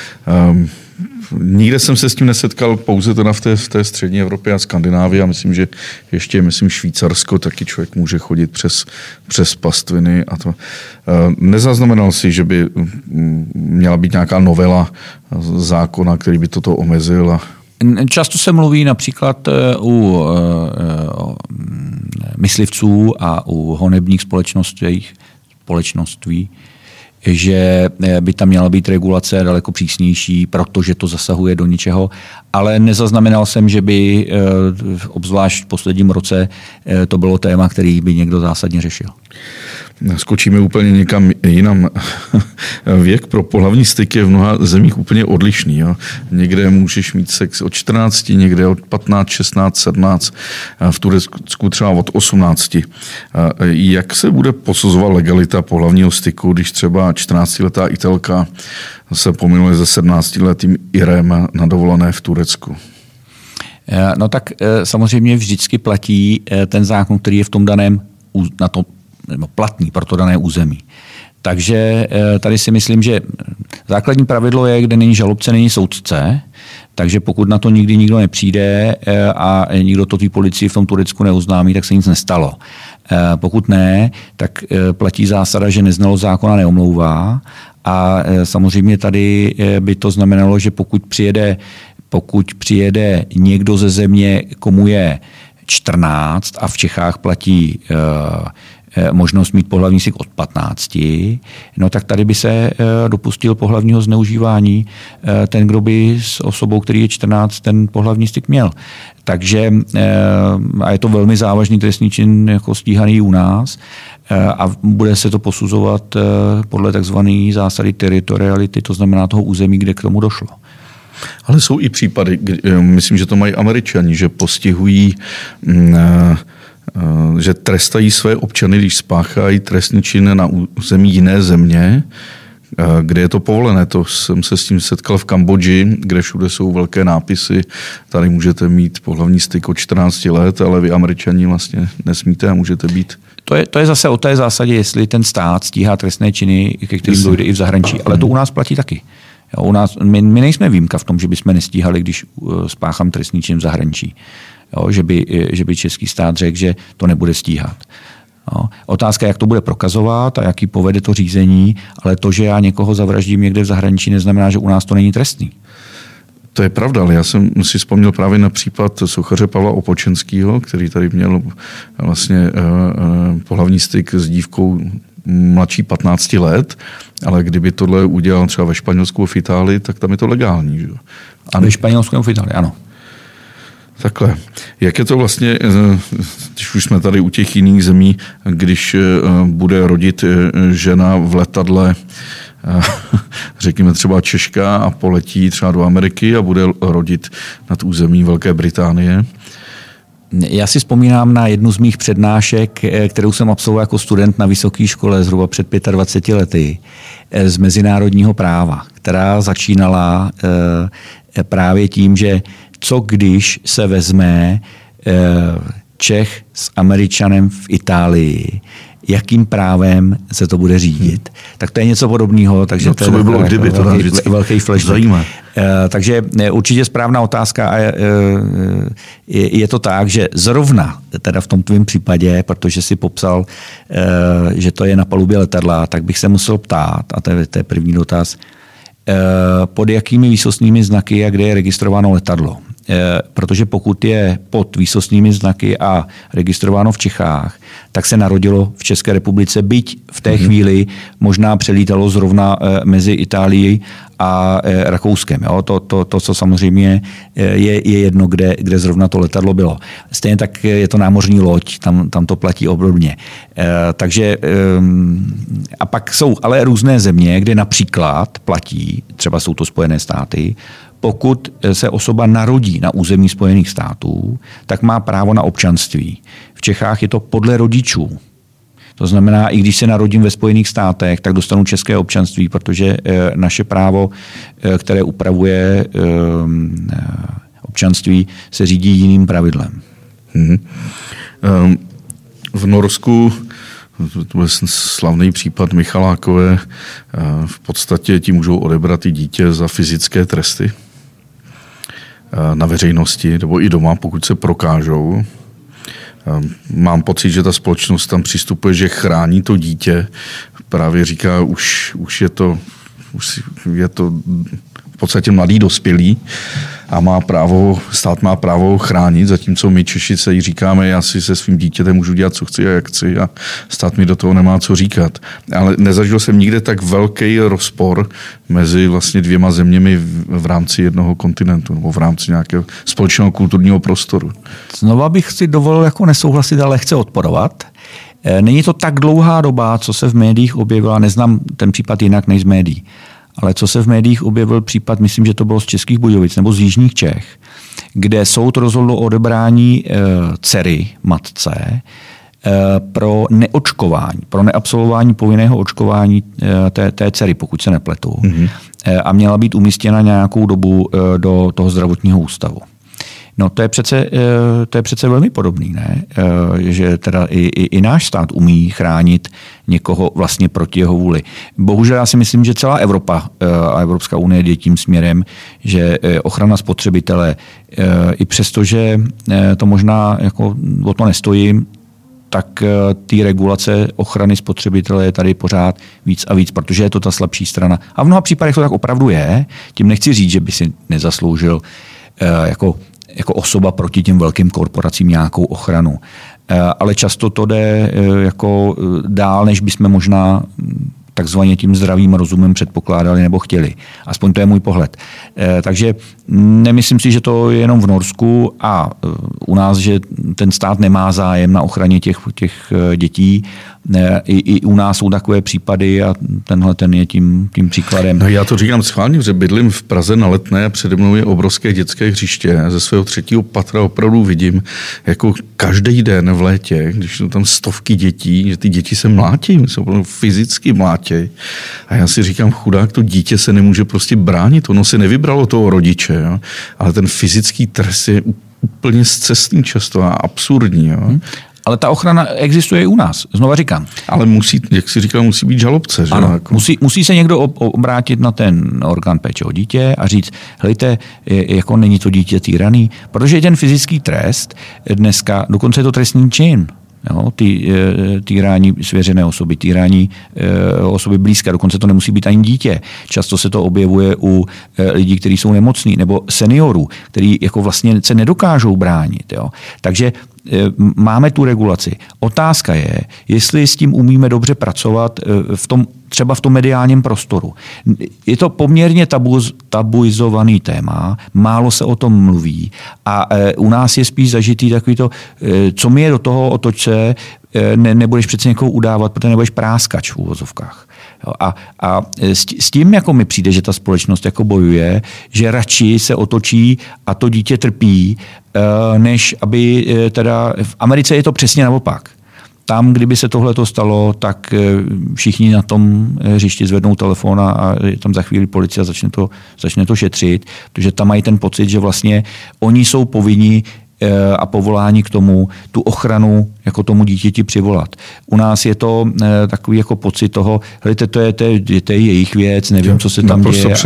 Nikde jsem se s tím nesetkal, pouze teda v té střední Evropě a Skandinávii a myslím, že ještě Švýcarsko, taky člověk může chodit přes pastviny a to. Nezaznamenal si, že by měla být nějaká novela zákona, který by toto omezil? Často se mluví například u myslivců a u honebních společností, že by tam měla být regulace daleko přísnější, protože to zasahuje do ničeho, ale nezaznamenal jsem, že by obzvlášť v posledním roce to bylo téma, který by někdo zásadně řešil. Skočíme úplně někam jinam. Věk pro pohlavní styk je v mnoha zemích úplně odlišný. Jo? Někde můžeš mít sex od 14, někde od 15, 16, 17, v Turecku třeba od 18. Jak se bude posuzovat legalita pohlavního styku, když třeba 14letá Italka se pomiluje se 17letým Irem na dovolené v Turecku? No tak samozřejmě vždycky platí ten zákon, který je v tom daném platný pro to dané území. Takže tady si myslím, že základní pravidlo je, kde není žalobce, není soudce, takže pokud na to nikdy nikdo nepřijde a nikdo to té policii v tom Turecku neoznámí, tak se nic nestalo. Pokud ne, tak platí zásada, že neznalost zákona neomlouvá a samozřejmě tady by to znamenalo, že pokud přijede někdo ze země, komu je 14 a v Čechách platí možnost mít pohlavní styk od 15, no tak tady by se dopustil pohlavního zneužívání ten, kdo by s osobou, který je 14, ten pohlavní styk měl. Takže a je to velmi závažný trestný čin jako stíhaný u nás a bude se to posuzovat podle takzvané zásady teritoriality, to znamená toho území, kde k tomu došlo. Ale jsou i případy, myslím, že to mají Američani, že postihují že trestají své občany, když spáchají trestný čin na území jiné země, kde je to povolené. To jsem se s tím setkal v Kambodži, kde všude jsou velké nápisy. Tady můžete mít pohlavní styk od 14 let, ale vy Američani vlastně nesmíte a můžete být. To je zase o té zásadě, jestli ten stát stíhá trestné činy, ke kterým dojde i v zahraničí. Ale to u nás platí taky. U nás, my nejsme výjimka v tom, že bychom nestíhali, když spáchám trestný čin v zahraničí. Jo, že by český stát řekl, že to nebude stíhat. Jo. Otázka, jak to bude prokazovat a jaký povede to řízení, ale to, že já někoho zavraždím někde v zahraničí, neznamená, že u nás to není trestný. To je pravda, ale já jsem si vzpomněl právě na případ sochaře Pavla Opočenského, který tady měl vlastně pohlavní styk s dívkou mladší 15 let, ale kdyby tohle udělal třeba ve Španělsku a v Itálii, tak tam je to legální. Že? Ve Španělsku a v Itálii, ano. Takhle. Jak je to vlastně, když už jsme tady u těch jiných zemí, když bude rodit žena v letadle, řekněme třeba Češka a poletí třeba do Ameriky a bude rodit nad území Velké Británie? Já si vzpomínám na jednu z mých přednášek, kterou jsem absolvoval jako student na vysoké škole zhruba před 25 lety z mezinárodního práva, která začínala právě tím, že co když se vezme Čech s Američanem v Itálii, jakým právem se to bude řídit. Tak to je něco podobného. Takže to by bylo kdyby, to velký flashback. Takže určitě správná otázka a je to tak, že zrovna teda v tom tvém případě, protože si popsal, že to je na palubě letadla, tak bych se musel ptát, a to je první dotaz, pod jakými výsostnými znaky a kde je registrováno letadlo. Protože pokud je pod výsostnými znaky a registrováno v Čechách, tak se narodilo v České republice, byť v té chvíli možná přelítalo zrovna mezi Itálií a Rakouskem. Jo? To, co samozřejmě je jedno, kde zrovna to letadlo bylo. Stejně tak je to námořní loď, tam to platí obdobně. Takže a pak jsou ale různé země, kde například platí, třeba jsou to Spojené státy, pokud se osoba narodí na území Spojených států, tak má právo na občanství. V Čechách je to podle rodičů. To znamená, i když se narodím ve Spojených státech, tak dostanu české občanství, protože naše právo, které upravuje občanství, se řídí jiným pravidlem. V Norsku to je slavný případ Michalákové. V podstatě ti můžou odebrat i dítě za fyzické tresty na veřejnosti nebo i doma, pokud se prokážou. Mám pocit, že ta společnost tam přistupuje, že chrání to dítě. Právě říká, už je to v podstatě mladý dospělý a stát má právo chránit, zatímco my Češi se jí říkáme, já si se svým dítětem můžu dělat, co chci a jak chci a stát mi do toho nemá co říkat. Ale nezažil jsem nikde tak velký rozpor mezi vlastně dvěma zeměmi v rámci jednoho kontinentu nebo v rámci nějakého společného kulturního prostoru. Znova bych si dovolil jako nesouhlasit, ale chci odporovat. Není to tak dlouhá doba, co se v médiích objevila, neznám ten případ jinak než z médií, ale co se v médiích objevil případ, myslím, že to bylo z Českých Budějovic nebo z jižních Čech, kde soud rozhodl o odebrání dcery matce pro neočkování, pro neabsolvování povinného očkování té dcery, pokud se nepletu. Mm-hmm. A měla být umístěna nějakou dobu do toho zdravotního ústavu. No to je přece velmi podobný, ne? Že teda i náš stát umí chránit někoho vlastně proti jeho vůli. Bohužel já si myslím, že celá Evropa a Evropská unie jde tím směrem, že ochrana spotřebitele, i přesto, že to možná jako o to nestojí, tak ty regulace ochrany spotřebitele je tady pořád víc a víc, protože je to ta slabší strana. A v mnoha případech to tak opravdu je. Tím nechci říct, že by si nezasloužil jako osoba proti těm velkým korporacím nějakou ochranu. Ale často to jde jako dál, než bychom možná takzvaně tím zdravým rozumem předpokládali nebo chtěli. Aspoň to je můj pohled. Takže nemyslím si, že to je jenom v Norsku a u nás, že ten stát nemá zájem na ochraně těch dětí. I u nás jsou takové případy a ten je tím příkladem. No, já to říkám schválně, že bydlím v Praze na Letné a přede mnou je obrovské dětské hřiště. Ze svého 3. patra opravdu vidím, jako každý den v létě, když jsou tam stovky dětí, že ty děti se mlátí, se opravdu fyzicky mlátí. A já si říkám, chudák, to dítě se nemůže prostě bránit, ono si nevybralo toho rodiče, jo? Ale ten fyzický trest je úplně scestný často a absurdní. Jo? Ale ta ochrana existuje i u nás, znova říkám. Ale musí, jak jsi říkal, musí být žalobce. Že? Ano, jako. musí se někdo obrátit na ten orgán péče o dítě a říct, hejte, jako není to dítě týraný, protože ten fyzický trest dneska, dokonce je to trestný čin. Jo, týrání svěřené osoby, týrání osoby blízké, dokonce to nemusí být ani dítě. Často se to objevuje u lidí, kteří jsou nemocní, nebo seniorů, kteří jako vlastně se nedokážou bránit. Jo. Takže máme tu regulaci. Otázka je, jestli s tím umíme dobře pracovat třeba v tom mediálním prostoru. Je to poměrně tabuizovaný téma, málo se o tom mluví a u nás je spíš zažitý takový to, co mi je do toho otočce, nebudeš přece někoho udávat, protože nebudeš práskač v úvozovkách. A s tím jako mi přijde, že ta společnost jako bojuje, že radši se otočí a to dítě trpí, než aby teda v Americe je to přesně naopak. Tam, kdyby se tohleto stalo, tak všichni na tom hřišti zvednou telefon a je tam za chvíli policie a začne to šetřit, protože tam mají ten pocit, že vlastně oni jsou povinni a povolání k tomu tu ochranu jako tomu dítěti přivolat. U nás je to takový jako pocit toho, hledajte, to je jejich věc, nevím, co se tam děje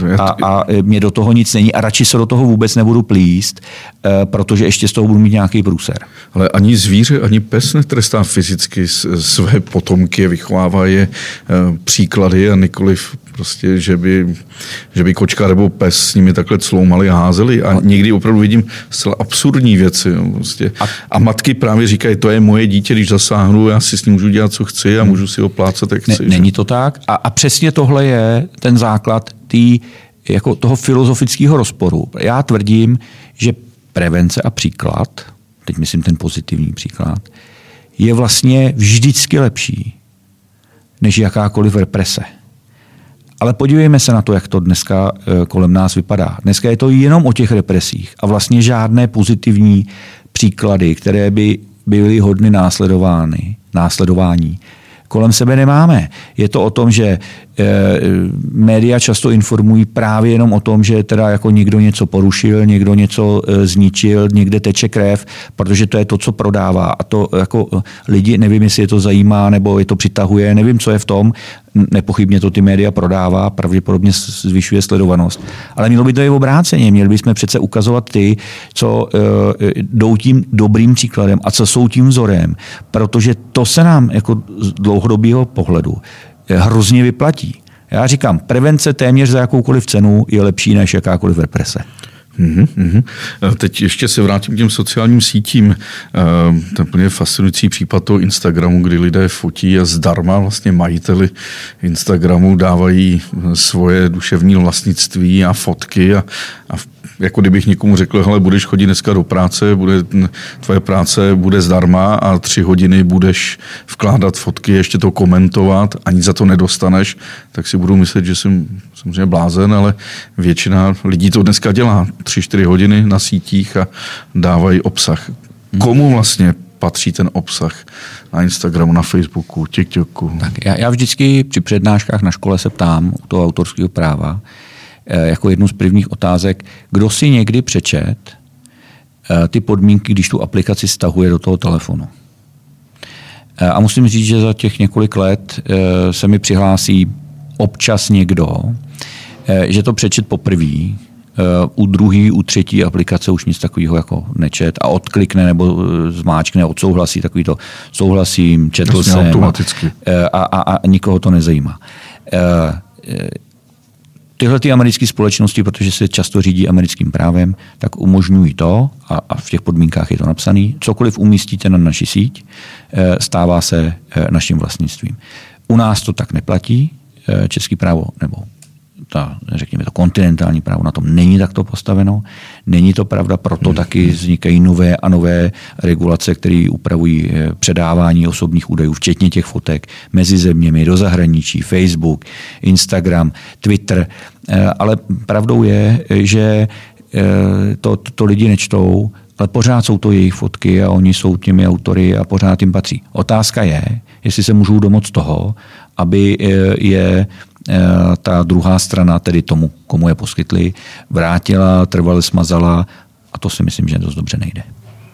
a mě do toho nic není a radši se do toho vůbec nebudu plíst, protože ještě z toho budu mít nějaký průser. Ale ani zvíře, ani pes netrestá fyzicky své potomky, vychovává je příklady a nikoliv prostě, že by kočka nebo pes s nimi takhle cloumali a házeli a někdy opravdu vidím zcela absurdní absurdní věci. Jo, prostě. A matky právě říkají, to je moje dítě, když zasáhnu, já si s ním můžu dělat, co chci a můžu si ho plácat, jak chci. Není to tak. A přesně tohle je ten základ jako toho filozofického rozporu. Já tvrdím, že prevence a příklad, teď myslím ten pozitivní příklad, je vlastně vždycky lepší než jakákoliv represe. Ale podívejme se na to, jak to dneska kolem nás vypadá. Dneska je to jenom o těch represích a vlastně žádné pozitivní příklady, které by byly hodny následování, kolem sebe nemáme. Je to o tom, že média často informují právě jenom o tom, že teda jako někdo něco porušil, někdo něco zničil, někde teče krev, protože to je to, co prodává. A to jako lidi, nevím, jestli je to zajímá, nebo je to přitahuje, nevím, co je v tom. Nepochybně to ty média prodává, pravděpodobně zvyšuje sledovanost. Ale mělo by to i obráceně. Měli bychom přece ukazovat ty, co jdou tím dobrým příkladem a co jsou tím vzorem. Protože to se nám jako z dlouhodobého pohledu hrozně vyplatí. Já říkám, prevence téměř za jakoukoliv cenu je lepší než jakákoliv represe. Teď ještě se vrátím k těm sociálním sítím. To je úplně fascinující případ toho Instagramu, kdy lidé fotí a zdarma vlastně majiteli Instagramu dávají svoje duševní vlastnictví a fotky a jako kdybych někomu řekl, hele, budeš chodit dneska do práce, tvoje práce bude zdarma a 3 hodiny budeš vkládat fotky, ještě to komentovat, ani za to nedostaneš, tak si budu myslet, že jsem samozřejmě blázen, ale většina lidí to dneska dělá 3-4 hodiny na sítích a dávají obsah. Komu vlastně patří ten obsah na Instagramu, na Facebooku, TikToku? Tak já vždycky při přednáškách na škole se ptám u toho autorského práva, jako jednu z prvních otázek, kdo si někdy přečet ty podmínky, když tu aplikaci stahuje do toho telefonu. A musím říct, že za těch několik let se mi přihlásí občas někdo, že to přečet poprvé, u druhé, u třetí aplikace už nic takového jako nečet a odklikne nebo zmáčkne, odsouhlasí, takový to souhlasím, četl jsem automaticky. A nikoho to nezajímá. Tyhle ty americké společnosti, protože se často řídí americkým právem, tak umožňují to, a v těch podmínkách je to napsané, cokoliv umístíte na naši síť, stává se naším vlastnictvím. U nás to tak neplatí, český právo, nebo řekněme to kontinentální právo na tom není takto postaveno. Není to pravda, proto taky vznikají nové a nové regulace, které upravují předávání osobních údajů, včetně těch fotek, mezi zeměmi, do zahraničí, Facebook, Instagram, Twitter. Ale pravdou je, že to lidi nečtou, ale pořád jsou to jejich fotky a oni jsou těmi autory a pořád jim patří. Otázka je, jestli se můžou domoct toho, aby je ta druhá strana, tedy tomu, komu je poskytli, vrátila, trvale smazala, a to si myslím, že dost dobře nejde.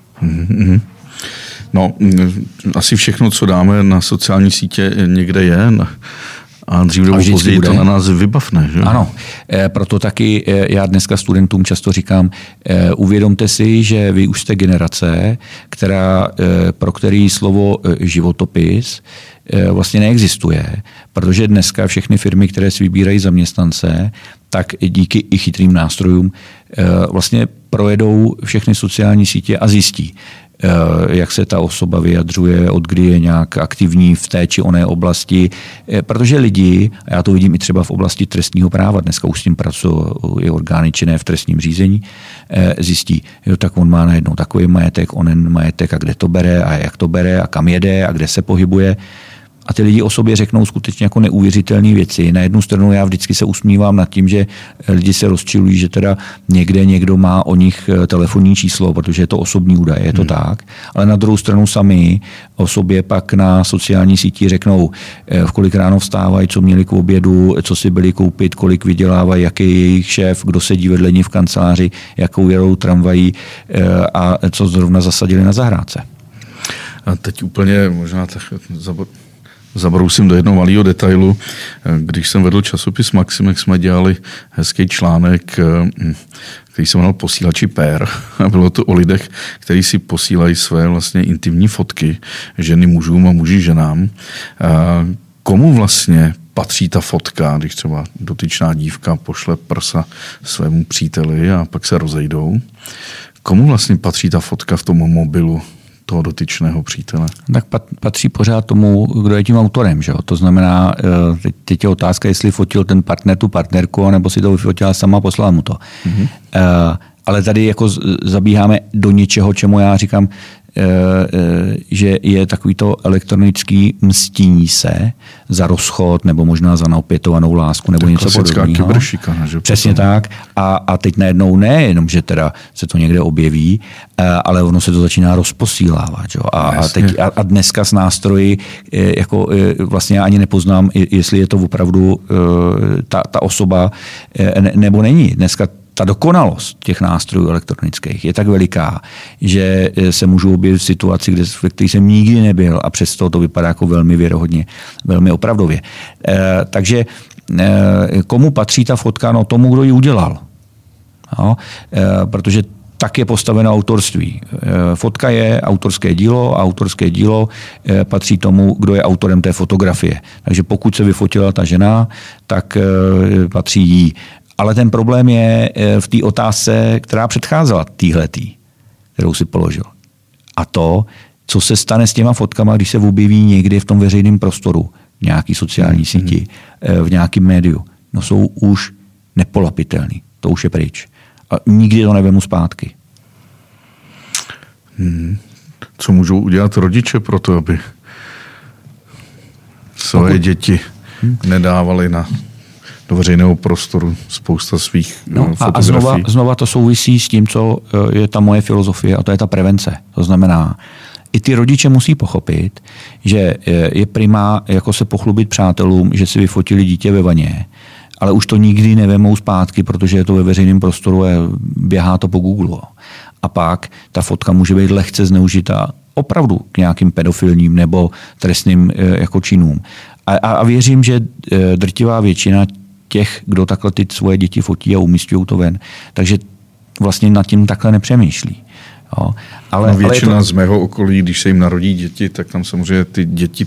No, asi všechno, co dáme na sociální sítě, někde je a dřív nebo později to na nás vybavne. Že? Ano, proto taky já dneska studentům často říkám, uvědomte si, že vy už jste generace, pro který slovo životopis vlastně neexistuje, protože dneska všechny firmy, které si vybírají zaměstnance, tak díky i chytrým nástrojům vlastně projedou všechny sociální sítě a zjistí, jak se ta osoba vyjadřuje, od kdy je nějak aktivní v té či oné oblasti. Protože lidi, a já to vidím i třeba v oblasti trestního práva, dneska už s tím pracují i orgány činné v trestním řízení, zjistí, jo, tak on má najednou takový majetek, onen majetek, a kde to bere a jak to bere a kam jede a kde se pohybuje. A ty lidi o sobě řeknou skutečně jako neuvěřitelné věci. Na jednu stranu já vždycky se usmívám nad tím, že lidi se rozčilují, že teda někdo má o nich telefonní číslo, protože je to osobní údaj, je to tak. Ale na druhou stranu sami o sobě pak na sociální síti řeknou, v kolik ráno vstávají, co měli k obědu, co si byli koupit, kolik vydělávají, jaký je jejich šéf, kdo sedí vedle ní v kanceláři, jakou jedou tramvají a co zrovna zasadili na zahrádce. A teď úplně možná zabrousím do jednoho malého detailu. Když jsem vedl časopis Maximek, jsme dělali hezký článek, který se jmenoval Posílači pér. A bylo to o lidech, kteří si posílají své vlastně intimní fotky, ženy mužům a muži ženám. Komu vlastně patří ta fotka, když třeba dotyčná dívka pošle prsa svému příteli a pak se rozejdou? Komu vlastně patří ta fotka v tom mobilu toho dotyčného přítele? Tak patří pořád tomu, kdo je tím autorem. Že? To znamená, teď je otázka, jestli fotil ten partner tu partnerku, nebo si to vyfotila sama a poslala mu to. Mm-hmm. Ale tady jako zabíháme do něčeho, čemu já říkám, že je takovýto elektronický mstíní se za rozchod nebo možná za neopětovanou lásku nebo něco podobného. Přesně tak. A teď najednou ne jenom, že teda se to někde objeví, ale ono se to začíná rozposílávat. A dneska s nástroji jako vlastně ani nepoznám, jestli je to opravdu ta osoba nebo není. Dneska ta dokonalost těch nástrojů elektronických je tak veliká, že se můžou objevit v situaci, ve které jsem nikdy nebyl a přesto to vypadá jako velmi věrohodně, velmi opravdově. Takže komu patří ta fotka? No tomu, kdo ji udělal. No, protože tak je postaveno autorství. Fotka je autorské dílo a autorské dílo patří tomu, kdo je autorem té fotografie. Takže pokud se vyfotila ta žena, tak patří jí. Ale ten problém je v té otázce, která předcházela téhletý, kterou si položil. A to, co se stane s těma fotkama, když se objeví někdy v tom veřejném prostoru, v nějaký sociální síti, v nějakém médiu. No jsou už nepolapitelný. To už je pryč. A nikdy to nevemu zpátky. Co můžou udělat rodiče pro to, aby své děti nedávali do veřejného prostoru spousta svých fotografií? A znova to souvisí s tím, co je ta moje filozofie, a to je ta prevence. To znamená, i ty rodiče musí pochopit, že je primá jako se pochlubit přátelům, že si vyfotili dítě ve vaně, ale už to nikdy nevemou zpátky, protože je to ve veřejném prostoru a běhá to po Google. A pak ta fotka může být lehce zneužita opravdu k nějakým pedofilním nebo trestným jako činům. A věřím, že drtivá většina těch, kdo takhle ty svoje děti fotí a umísťují to ven, takže vlastně nad tím takhle nepřemýšlí. Jo. Ale většina z mého okolí, když se jim narodí děti, tak tam samozřejmě ty děti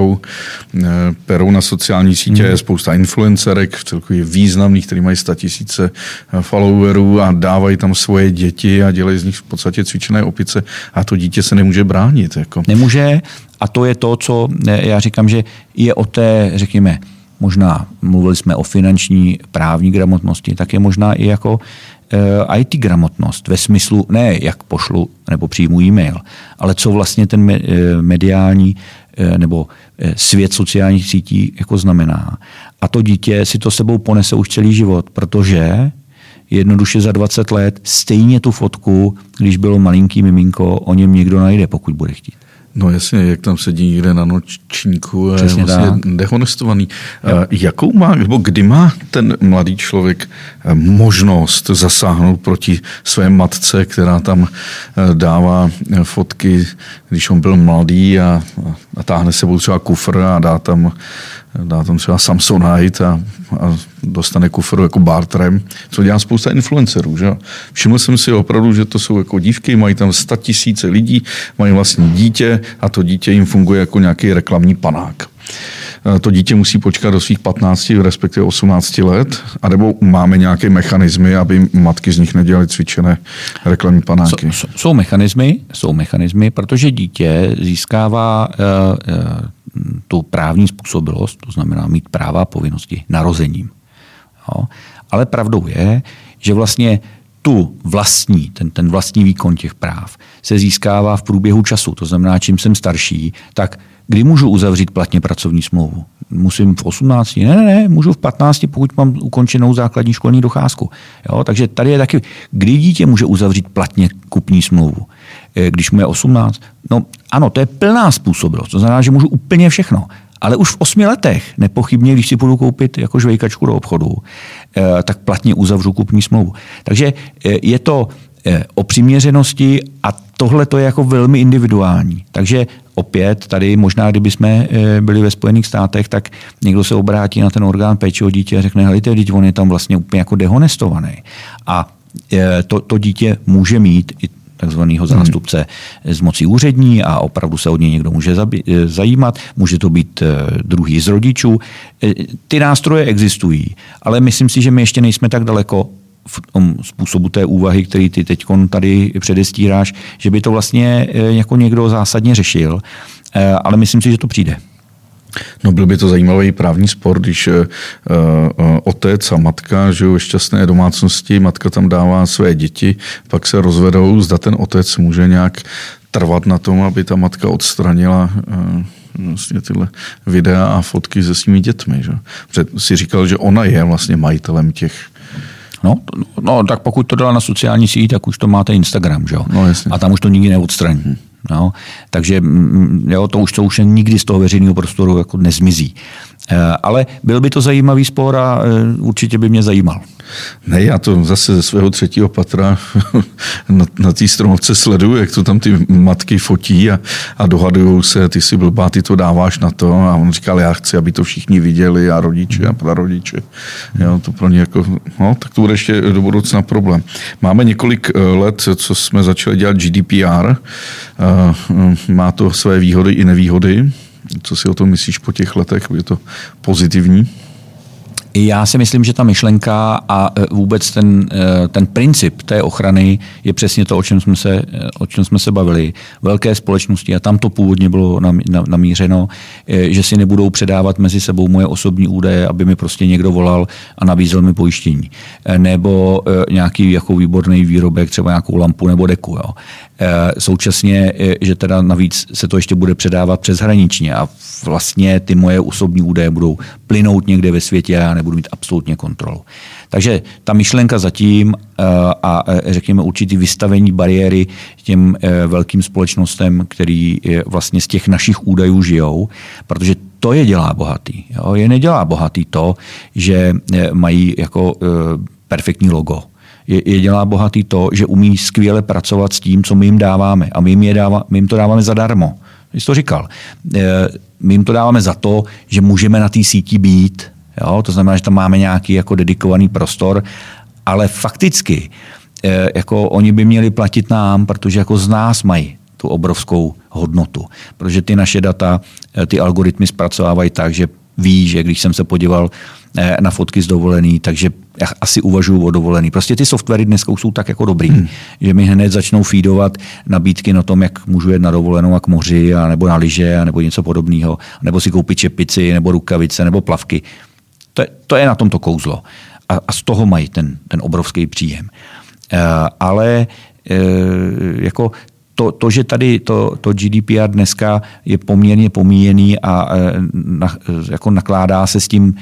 perou na sociální sítě. Je spousta influencerek, celkově významných, který mají 100 000 followerů a dávají tam svoje děti a dělají z nich v podstatě cvičené opice a to dítě se nemůže bránit. Jako. Nemůže a to je to, co já říkám, že je o té, řekněme, možná mluvili jsme o finanční právní gramotnosti, tak je možná i jako IT gramotnost ve smyslu ne jak pošlu nebo přijmu e-mail, ale co vlastně ten mediální nebo svět sociálních sítí jako znamená. A to dítě si to sebou ponese už celý život, protože jednoduše za 20 let stejně tu fotku, když bylo malinký miminko, o něm někdo najde, pokud bude chtít. No jasně, jak tam sedí někde na nočníku a je vlastně dehonestovaný. Jakou má, nebo kdy má ten mladý člověk možnost zasáhnout proti své matce, která tam dává fotky, když on byl mladý a táhne sebou třeba kufr a dá tam třeba Samsonite a dostane kufr jako barterem, co dělá spousta influencerů. Že? Všiml jsem si opravdu, že to jsou jako dívky, mají tam 100 000 lidí, mají vlastní dítě a to dítě jim funguje jako nějaký reklamní panák. To dítě musí počkat do svých 15, respektive 18 let, anebo máme nějaké mechanismy, aby matky z nich nedělaly cvičené reklamní panáky? Jsou mechanismy, protože dítě získává tu právní způsobilost, to znamená mít práva a povinnosti narozením. Jo. Ale pravdou je, že vlastně ten vlastní výkon těch práv se získává v průběhu času. To znamená, čím jsem starší, tak kdy můžu uzavřít platně pracovní smlouvu? Musím v 18? Ne, můžu v 15, pokud mám ukončenou základní školní docházku. Jo, takže tady je taky, kdy dítě může uzavřít platně kupní smlouvu? Když mu je 18? No ano, to je plná způsobilost. To znamená, že můžu úplně všechno. Ale už v 8 letech, nepochybně, když si půjdu koupit jako žvejkačku do obchodu, tak platně uzavřu kupní smlouvu. Takže je to o přiměřenosti a tohle to je jako velmi individuální. Takže opět tady možná, kdyby jsme byli ve Spojených státech, tak někdo se obrátí na ten orgán péče o dítě a řekne, helejte, teď on je tam vlastně úplně jako dehonestovaný. A to dítě může mít i takzvanýho zástupce z moci úřední a opravdu se od něj někdo může zajímat. Může to být druhý z rodičů. Ty nástroje existují, ale myslím si, že my ještě nejsme tak daleko, v tom způsobu té úvahy, který ty teď tady předestíráš, že by to vlastně jako někdo zásadně řešil, ale myslím si, že to přijde. No, byl by to zajímavý právní spor, když otec a matka žijou ve šťastné domácnosti, matka tam dává své děti, pak se rozvedou, zda ten otec může nějak trvat na tom, aby ta matka odstranila vlastně tyhle videa a fotky se svými dětmi. Že? Protože si říkal, že ona je vlastně majitelem těch. No, tak pokud to dala na sociální síť, tak už to máte Instagram, že? No, jasně. A tam už to nikdy neodstraní. No, takže jo, to už nikdy z toho veřejného prostoru jako nezmizí. Ale byl by to zajímavý spor a určitě by mě zajímal. Ne, já to zase ze svého 3. patra na té stromovce sleduju, jak to tam ty matky fotí a dohadujou se, ty si blbá, ty to dáváš na to a on říkal, já chci, aby to všichni viděli a rodiče a prarodiče. Jo, to pro ně jako, no, tak to bude ještě do budoucna problém. Máme několik let, co jsme začali dělat GDPR, má to své výhody i nevýhody. Co si o tom myslíš po těch letech? Je to pozitivní? Já si myslím, že ta myšlenka a vůbec ten princip té ochrany je přesně to, o čem jsme se bavili. Velké společnosti, a tam to původně bylo namířeno, že si nebudou předávat mezi sebou moje osobní údaje, aby mi prostě někdo volal a nabízel mi pojištění. Nebo nějaký jako výborný výrobek, třeba nějakou lampu nebo deku. Jo. Současně, že teda navíc se to ještě bude předávat přeshraničně a vlastně ty moje osobní údaje budou plynout někde ve světě a nebudu mít absolutně kontrolu. Takže ta myšlenka zatím a řekněme určitý vystavení bariéry těm velkým společnostem, který vlastně z těch našich údajů žijou, protože to je dělá bohatý. Jo? Je nedělá bohatý to, že mají jako perfektní logo. Je dělá bohatý to, že umí skvěle pracovat s tím, co my jim dáváme. A my jim to dáváme zadarmo. Jsi to říkal. My jim to dáváme za to, že můžeme na té síti být. Jo? To znamená, že tam máme nějaký jako dedikovaný prostor, ale fakticky jako oni by měli platit nám, protože jako z nás mají tu obrovskou hodnotu. Protože ty naše data, ty algoritmy zpracovávají tak, že ví, že když jsem se podíval na fotky z dovolený, takže asi uvažuju o dovolený. Prostě ty softwary dneska už jsou tak jako dobrý, že mi hned začnou feedovat nabídky na tom, jak můžu jet na dovolenou a k moři, a nebo na lyže, a nebo něco podobného, nebo si koupit čepici, nebo rukavice, nebo plavky. To je na tomto kouzlo. A z toho mají ten obrovský příjem. Ale jako to, že tady to GDPR dneska je poměrně pomíjený a jako nakládá se s tím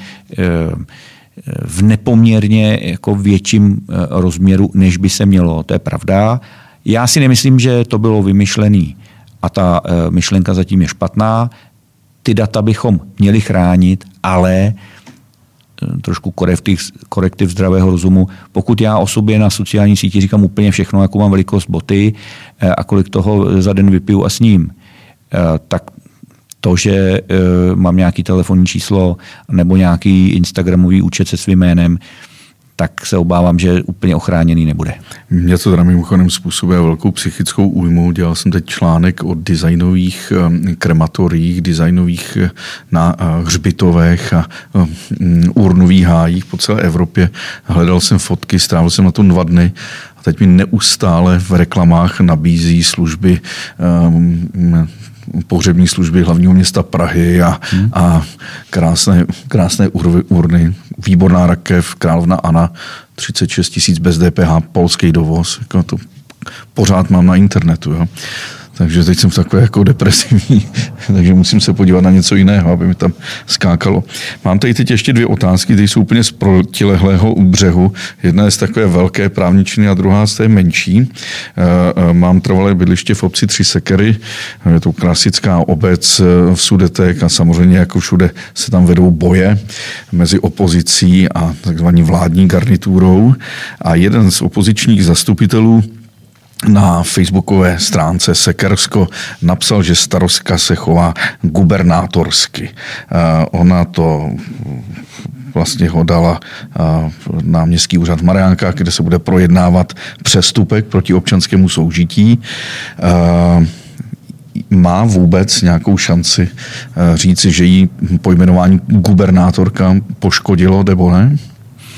v nepoměrně jako větším rozměru, než by se mělo. To je pravda. Já si nemyslím, že to bylo vymyšlený a ta myšlenka zatím je špatná. Ty data bychom měli chránit, ale trošku korektiv zdravého rozumu. Pokud já o sobě na sociální síti říkám úplně všechno, jakou mám velikost boty a kolik toho za den vypiju a sním, tak to, že mám nějaký telefonní číslo nebo nějaký instagramový účet se svým jménem, tak se obávám, že úplně ochráněný nebude. Mě to teda mimochodem způsobuje velkou psychickou újmu. Dělal jsem teď článek o designových krematoriích, designových na hřbitovech a urnových hájích po celé Evropě. Hledal jsem fotky, strávil jsem na tom 2 dny a teď mi neustále v reklamách nabízí služby pohřební služby hlavního města Prahy a krásné urny. Výborná rakev, Královna Anna, 36 000 bez DPH, polský dovoz. Jako to pořád mám na internetu. Jo. Takže teď jsem takový jako depresivní, takže musím se podívat na něco jiného, aby mi tam skákalo. Mám tady teď ještě 2 otázky, které jsou úplně z protilehlého břehu. Jedna je z takové velké právničiny a druhá z té menší. Mám trvalé bydliště v obci 3 Sekery, je to klasická obec v Sudetech a samozřejmě jako všude se tam vedou boje mezi opozicí a takzvanou vládní garniturou. A jeden z opozičních zastupitelů na facebookové stránce Sekersko napsal, že starostka se chová gubernátorsky. Ona to vlastně ho dala na městský úřad v Mariánkách, kde se bude projednávat přestupek proti občanskému soužití. Má vůbec nějakou šanci říci, že jí pojmenování gubernátorka poškodilo, nebo ne?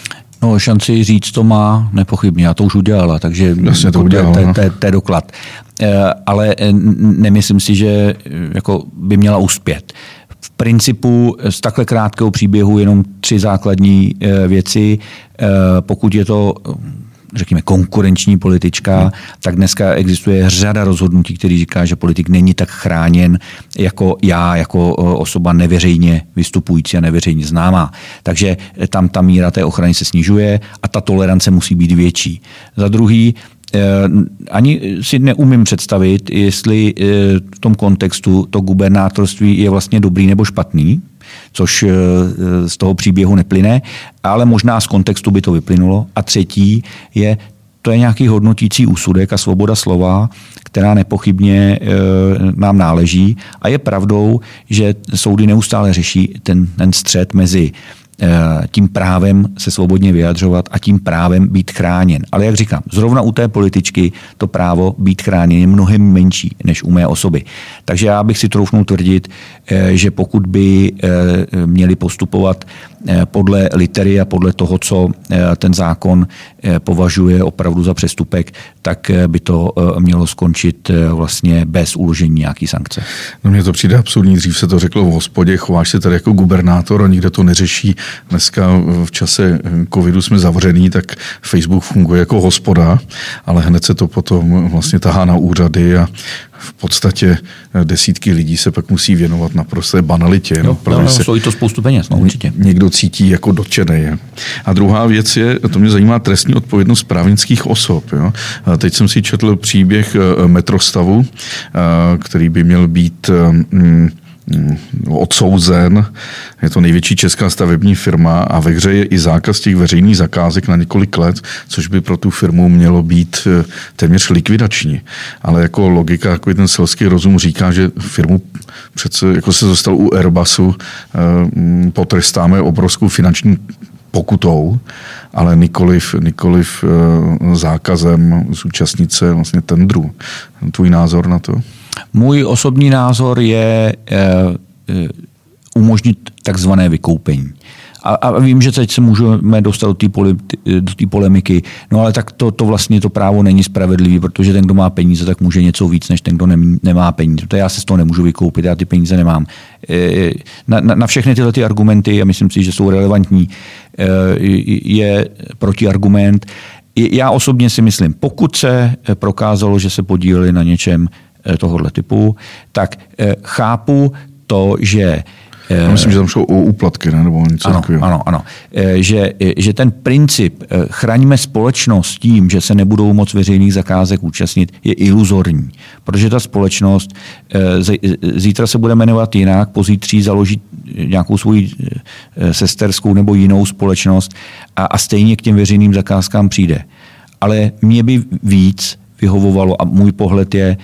No, šanci říct to má nepochybně, já to už udělala, takže to je doklad. Ale nemyslím si, že jako by měla uspět. V principu z takhle krátkého příběhu jenom 3 základní věci. Pokud je to, řekněme, konkurenční politička, tak dneska existuje řada rozhodnutí, který říká, že politik není tak chráněn jako já, jako osoba neveřejně vystupující a neveřejně známá. Takže tam ta míra té ochrany se snižuje a ta tolerance musí být větší. Za druhý, ani si neumím představit, jestli v tom kontextu to gubernátorství je vlastně dobrý nebo špatný, což z toho příběhu neplyne, ale možná z kontextu by to vyplynulo. A třetí je, to je nějaký hodnotící úsudek a svoboda slova, která nepochybně nám náleží. A je pravdou, že soudy neustále řeší ten střet mezi tím právem se svobodně vyjadřovat a tím právem být chráněn. Ale jak říkám, zrovna u té političky to právo být chráněn je mnohem menší než u mé osoby. Takže já bych si troufnul tvrdit, že pokud by měli postupovat podle litery a podle toho, co ten zákon považuje opravdu za přestupek, tak by to mělo skončit vlastně bez uložení nějaký sankce. No mně to přijde absurdní, dřív se to řeklo v hospodě, chováš se tady jako gubernátor a nikdo to neřeší. Dneska v čase covidu jsme zavřený, tak Facebook funguje jako hospoda, ale hned se to potom vlastně tahá na úřady a v podstatě desítky lidí se pak musí věnovat naprosté banalitě. Stojí to spoustu peněz, určitě. Někdo cítí jako dotčený. A druhá věc je, to mě zajímá, trestní odpovědnost právnických osob. Jo? Teď jsem si četl příběh Metrostavu, který by měl být odsouzen. Je to největší česká stavební firma a ve hře je i zákaz těch veřejných zakázek na několik let, což by pro tu firmu mělo být téměř likvidační. Ale jako logika, jako ten selský rozum říká, že firmu přece, jako se dostal u Airbusu, potrestáme obrovskou finanční pokutou, ale nikoliv zákazem zúčastnit se vlastně tendru. Tvůj názor na to? Můj osobní názor je umožnit takzvané vykoupení. A vím, že teď se můžeme dostat do té polemiky, no ale tak to vlastně to právo není spravedlivý, protože ten, kdo má peníze, tak může něco víc, než ten, kdo nemá peníze. To já se z toho nemůžu vykoupit, já ty peníze nemám. Na všechny tyhle ty argumenty, a myslím si, že jsou relevantní, je protiargument. Já osobně si myslím, pokud se prokázalo, že se podíleli na něčem tohohle typu, tak chápu to, že já myslím, že tam šlo o úplatky, ne? Nebo něco takového. Ano. Že ten princip chraňme společnost tím, že se nebudou moc veřejných zakázek účastnit, je iluzorní. Protože ta společnost zítra se bude jmenovat jinak, pozítří založí nějakou svoji sesterskou nebo jinou společnost a stejně k těm veřejným zakázkám přijde. Ale mě by víc vyhovovalo a můj pohled je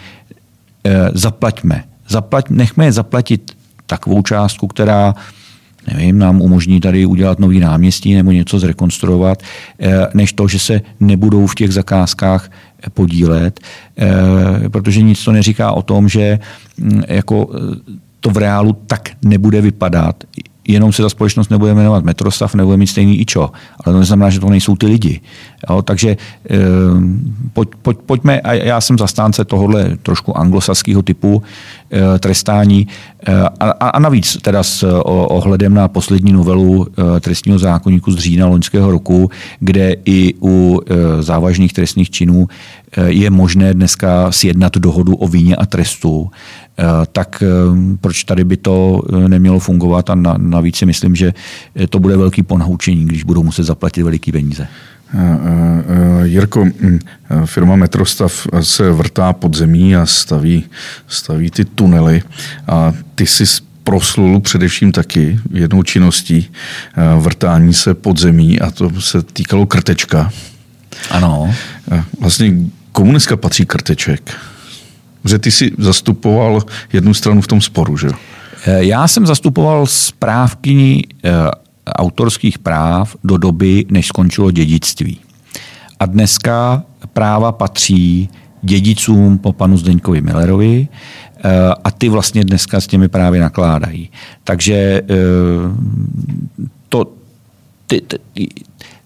nechme je zaplatit takovou částku, která nám umožní tady udělat nový náměstí nebo něco zrekonstruovat, než to, že se nebudou v těch zakázkách podílet, protože nic to neříká o tom, že jako to v reálu tak nebude vypadat, jenom se ta společnost nebude jmenovat Metrostav, nebude mít stejný IČO, ale to neznamená, že to nejsou ty lidi. Jo, takže pojďme, a já jsem zastánce tohohle trošku anglosaského typu trestání a navíc teda s ohledem na poslední novelu trestního zákoníku z října loňského roku, kde i u závažných trestných činů je možné dneska sjednat dohodu o vině a trestu, tak proč tady by to nemělo fungovat a navíc si myslím, že to bude velký ponaučení, když budou muset zaplatit veliký peníze. Jirko, firma Metrostav se vrtá pod zemí a staví ty tunely a ty jsi proslul především taky jednou činností vrtání se pod zemí a to se týkalo Krtečka. Ano. Vlastně komu dneska patří Krteček? Že ty jsi zastupoval jednu stranu v tom sporu, že? Já jsem zastupoval správkyni autorských práv do doby, než skončilo dědictví. A dneska práva patří dědicům po panu Zdeňkovi Millerovi a ty vlastně dneska s těmi právy nakládají. Takže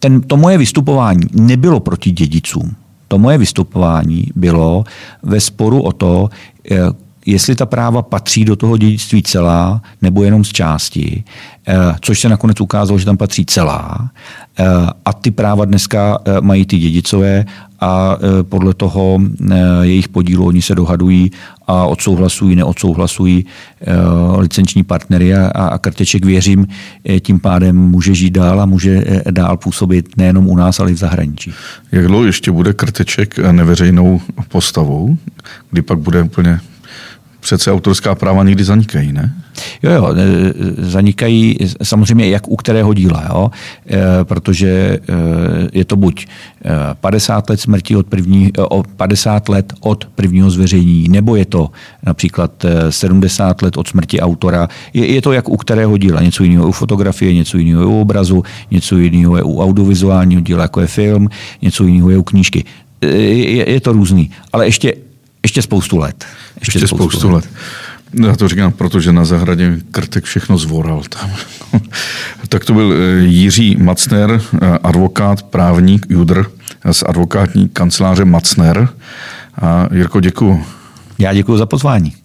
to moje vystupování nebylo proti dědicům. To moje vystupování bylo ve sporu o to, jestli ta práva patří do toho dědictví celá nebo jenom z části, což se nakonec ukázalo, že tam patří celá. A ty práva dneska mají ty dědicové a podle toho jejich podílu oni se dohadují a odsouhlasují, neodsouhlasují licenční partnery a Krteček, věřím, tím pádem může žít dál a může dál působit nejenom u nás, ale i v zahraničí. Jak dlouho ještě bude Krteček neveřejnou postavou, kdy pak bude úplně... Přece autorská práva někdy zanikají, ne? Jo, zanikají samozřejmě jak u kterého díla, jo? Protože je to buď 50 let smrti 50 let od prvního zveřejnění, nebo je to například 70 let od smrti autora. Je to jak u kterého díla. Něco jiného je u fotografie, něco jiného je u obrazu, něco jiného je u audiovizuálního díla, jako je film, něco jiného je u knížky. Je to různý, ale ještě spoustu let. Ještě spoustu let. Já to říkám, protože na zahradě Krtek všechno zvoral tam. Tak to byl Jiří Macner, advokát, právník, judr z advokátní kanceláře Macner. A Jirko, děkuju. Já děkuju za pozvání.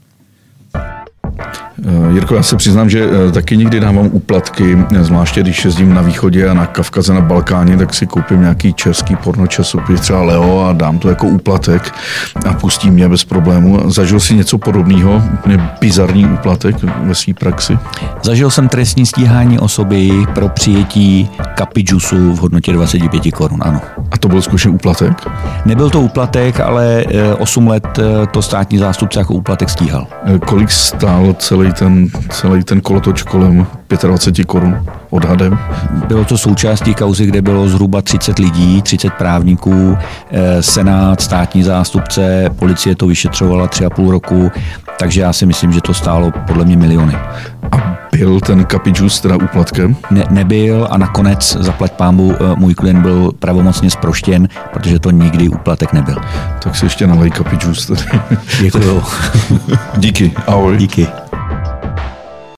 Jirko, já se přiznám, že taky někdy dávám úplatky, zvláště když jezdím na východě a na Kavkaze, na Balkáně, tak si koupím nějaký český pornočasopis, třeba Leo, a dám to jako úplatek a pustí mě bez problému. Zažil jsi něco podobného, úplně bizarní úplatek ve své praxi? Zažil jsem trestní stíhání osoby pro přijetí kapy džusu v hodnotě 25 korun, ano. A to byl skutečně úplatek? Nebyl to úplatek, ale 8 let to státní zástupce jako úplatek stíhal. Kolik stál celý ten kolotoč kolem 25 korun odhadem? Bylo to součástí kauzy, kde bylo zhruba 30 lidí, 30 právníků, senát, státní zástupce, policie to vyšetřovala 3,5 roku, takže já si myslím, že to stálo podle mě miliony. A byl ten kapidžus teda úplatkem? Nebyl a nakonec, zaplať pánbu, můj klient byl pravomocně zproštěn, protože to nikdy úplatek nebyl. Tak si ještě nalej kapidžus tady. Děkuju. Díky. Ahoj. Díky.